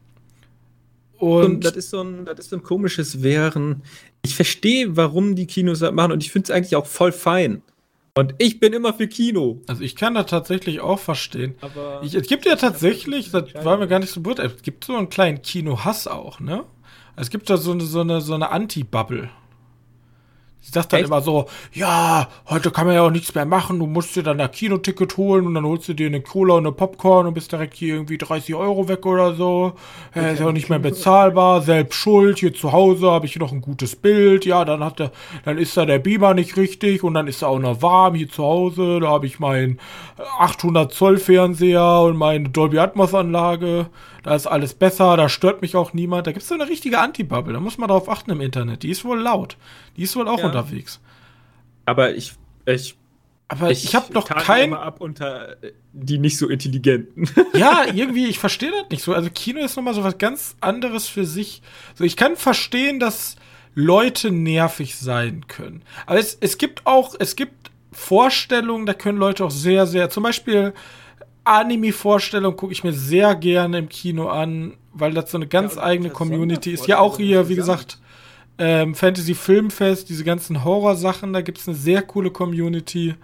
und Das ist so ein komisches Wehren. Ich verstehe, warum die Kinos das machen und ich finde es eigentlich auch voll fein. Und ich bin immer für Kino. also ich kann das tatsächlich auch verstehen. Aber Es gibt ja tatsächlich, diese das war mir Entscheidung. gar nicht so bewusst, es gibt so einen kleinen Kino-Hass auch, ne? Es gibt da so eine Anti-Bubble. Sie sagt dann Echt? immer so, ja, heute kann man ja auch nichts mehr machen, du musst dir dann ein Kinoticket holen und dann holst du dir eine Cola und eine Popcorn und bist direkt hier irgendwie 30 Euro weg oder so. Ist ja auch nicht mehr bezahlbar, selbst schuld, hier zu Hause habe ich noch ein gutes Bild, ja, dann ist da der Beamer nicht richtig und dann ist er auch noch warm hier zu Hause, da habe ich meinen 800 Zoll Fernseher und meine Dolby Atmos Anlage, da ist alles besser, da stört mich auch niemand, da gibt es so eine richtige Anti-Bubble, da muss man drauf achten im Internet, die ist wohl laut. Die ist wohl auch Ja. unterwegs. Aber ich Aber ich habe noch tadel kein. immer ab unter die nicht so intelligenten. Ja, irgendwie, ich verstehe das nicht so. Also Kino ist nochmal so was ganz anderes für sich. So, ich kann verstehen, dass Leute nervig sein können. Aber es gibt Vorstellungen, da können Leute auch sehr, sehr. Zum Beispiel Anime-Vorstellungen gucke ich mir sehr gerne im Kino an, weil das so eine ganz und eigene das Community ist. Ja, auch hier, wie gesagt, Fantasy Filmfest, diese ganzen Horrorsachen, da gibt es eine sehr coole Community.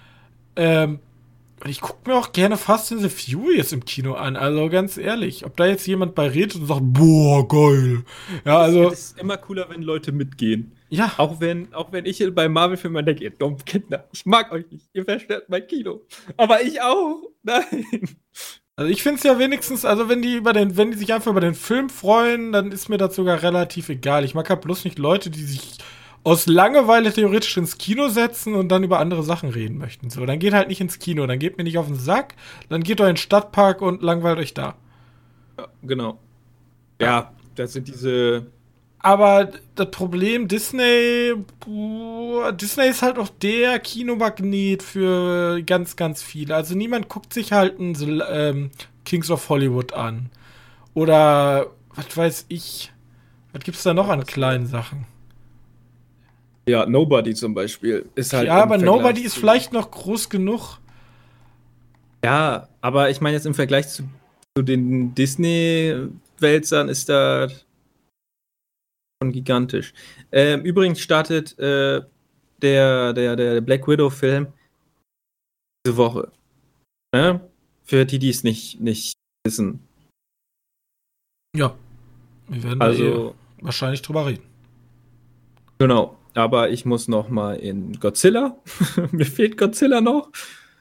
Und ich gucke mir auch gerne Fast and the Furious im Kino an, also ganz ehrlich. Ob da jetzt jemand bei redet und sagt, boah, geil. Ja, also, Es ist immer cooler, wenn Leute mitgehen. ja. Auch wenn ich bei Marvel-Filmen denke, ihr dummen Kinder, ich mag euch nicht, ihr verstört mein Kino. Aber ich auch. Nein. Also ich finde es ja wenigstens, also wenn die sich einfach über den Film freuen, dann ist mir das sogar relativ egal. Ich mag halt bloß nicht Leute, die sich aus Langeweile theoretisch ins Kino setzen und dann über andere Sachen reden möchten. So, dann geht halt nicht ins Kino, dann geht mir nicht auf den Sack, dann geht doch in den Stadtpark und langweilt euch da. Genau. Ja, das sind diese. Aber das Problem, Disney ist halt auch der Kinomagnet für ganz, ganz viele. Also niemand guckt sich halt Kings of Hollywood an. Oder, was weiß ich, was gibt's da noch an kleinen Sachen? Ja, Nobody zum Beispiel ist halt. Ja, im aber Vergleich Nobody ist zu- vielleicht noch groß genug. Ja, aber ich meine jetzt im Vergleich zu den Disney-Wälzern ist das schon gigantisch. Übrigens startet der Black Widow-Film diese Woche. Ne? Für die es nicht wissen. Ja, wir werden da Also, wahrscheinlich drüber reden. genau. Aber ich muss noch mal in Godzilla. Mir fehlt Godzilla noch.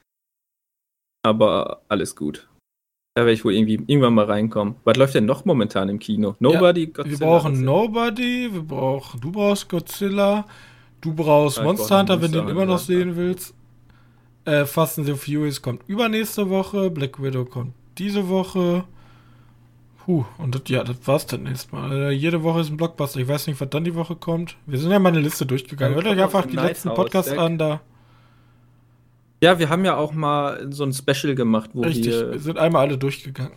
Aber alles gut. Da werde ich wohl irgendwann mal reinkommen. Was läuft denn noch momentan im Kino? Nobody, Wir brauchen Nobody, du brauchst Godzilla, du brauchst Ja, ich Monster brauch Hunter, noch wenn du ihn Monster immer noch Hunter. sehen willst. Fast and the Furious kommt übernächste Woche, Black Widow kommt diese Woche. Und das war's dann erstmal. Jede Woche ist ein Blockbuster. Ich weiß nicht, was dann die Woche kommt. Wir sind ja mal eine Liste durchgegangen. Ja, Hört euch kommt einfach noch die so letzten Lighthouse Podcasts weg. an, da. Ja, wir haben ja auch mal so ein Special gemacht, wo Richtig, wir wir. sind einmal alle durchgegangen.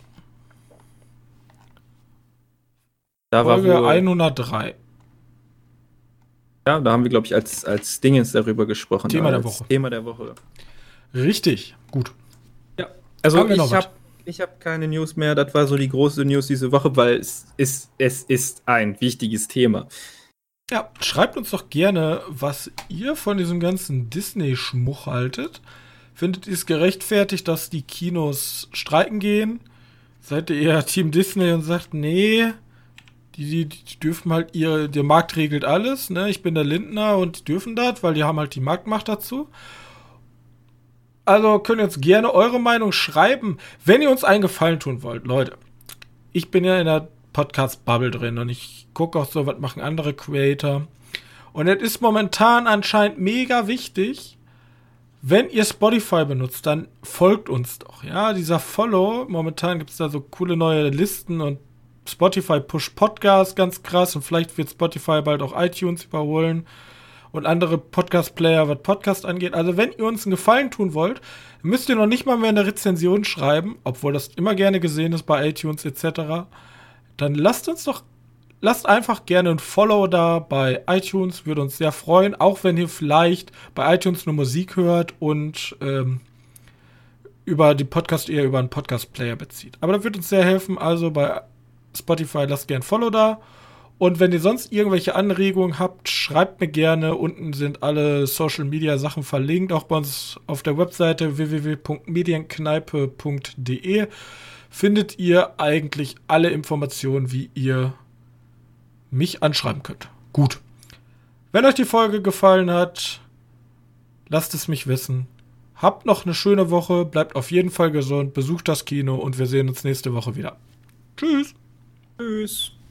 Da war Folge wohl, 103. ja, da haben wir, glaube ich, als Dingens darüber gesprochen. Thema der als Woche. Thema der Woche. Richtig, gut. Ja, also Haben wir noch was? ich hab keine News mehr. Das war so die große News diese Woche, weil es ist ein wichtiges Thema. Ja, schreibt uns doch gerne, was ihr von diesem ganzen Disney-Schmuch haltet. Findet ihr es gerechtfertigt, dass die Kinos streiken gehen? Seid ihr eher Team Disney und sagt, nee, die dürfen halt der Markt regelt alles, ne? Ich bin der Lindner und die dürfen das, weil die haben halt die Marktmacht dazu. Also könnt ihr uns gerne eure Meinung schreiben, wenn ihr uns einen Gefallen tun wollt, Leute. Ich bin ja in der Podcast-Bubble drin und ich gucke auch so, was machen andere Creator. Und es ist momentan anscheinend mega wichtig, wenn ihr Spotify benutzt, dann folgt uns doch. Ja, dieser Follow, momentan gibt es da so coole neue Listen und Spotify pusht Podcasts ganz krass und vielleicht wird Spotify bald auch iTunes überholen und andere Podcast-Player, was Podcast angeht. Also wenn ihr uns einen Gefallen tun wollt, müsst ihr noch nicht mal mehr eine Rezension schreiben, obwohl das immer gerne gesehen ist bei iTunes etc. Dann lasst einfach gerne ein Follow da bei iTunes, würde uns sehr freuen, auch wenn ihr vielleicht bei iTunes nur Musik hört und über die Podcast eher über einen Podcast-Player bezieht. Aber das wird uns sehr helfen, also bei Spotify lasst gerne ein Follow da. Und wenn ihr sonst irgendwelche Anregungen habt, schreibt mir gerne. Unten sind alle Social-Media-Sachen verlinkt, auch bei uns auf der Webseite www.medienkneipe.de findet ihr eigentlich alle Informationen, wie ihr mich anschreiben könnt. Gut. Wenn euch die Folge gefallen hat, lasst es mich wissen. Habt noch eine schöne Woche, bleibt auf jeden Fall gesund, besucht das Kino und wir sehen uns nächste Woche wieder. Tschüss. Tschüss.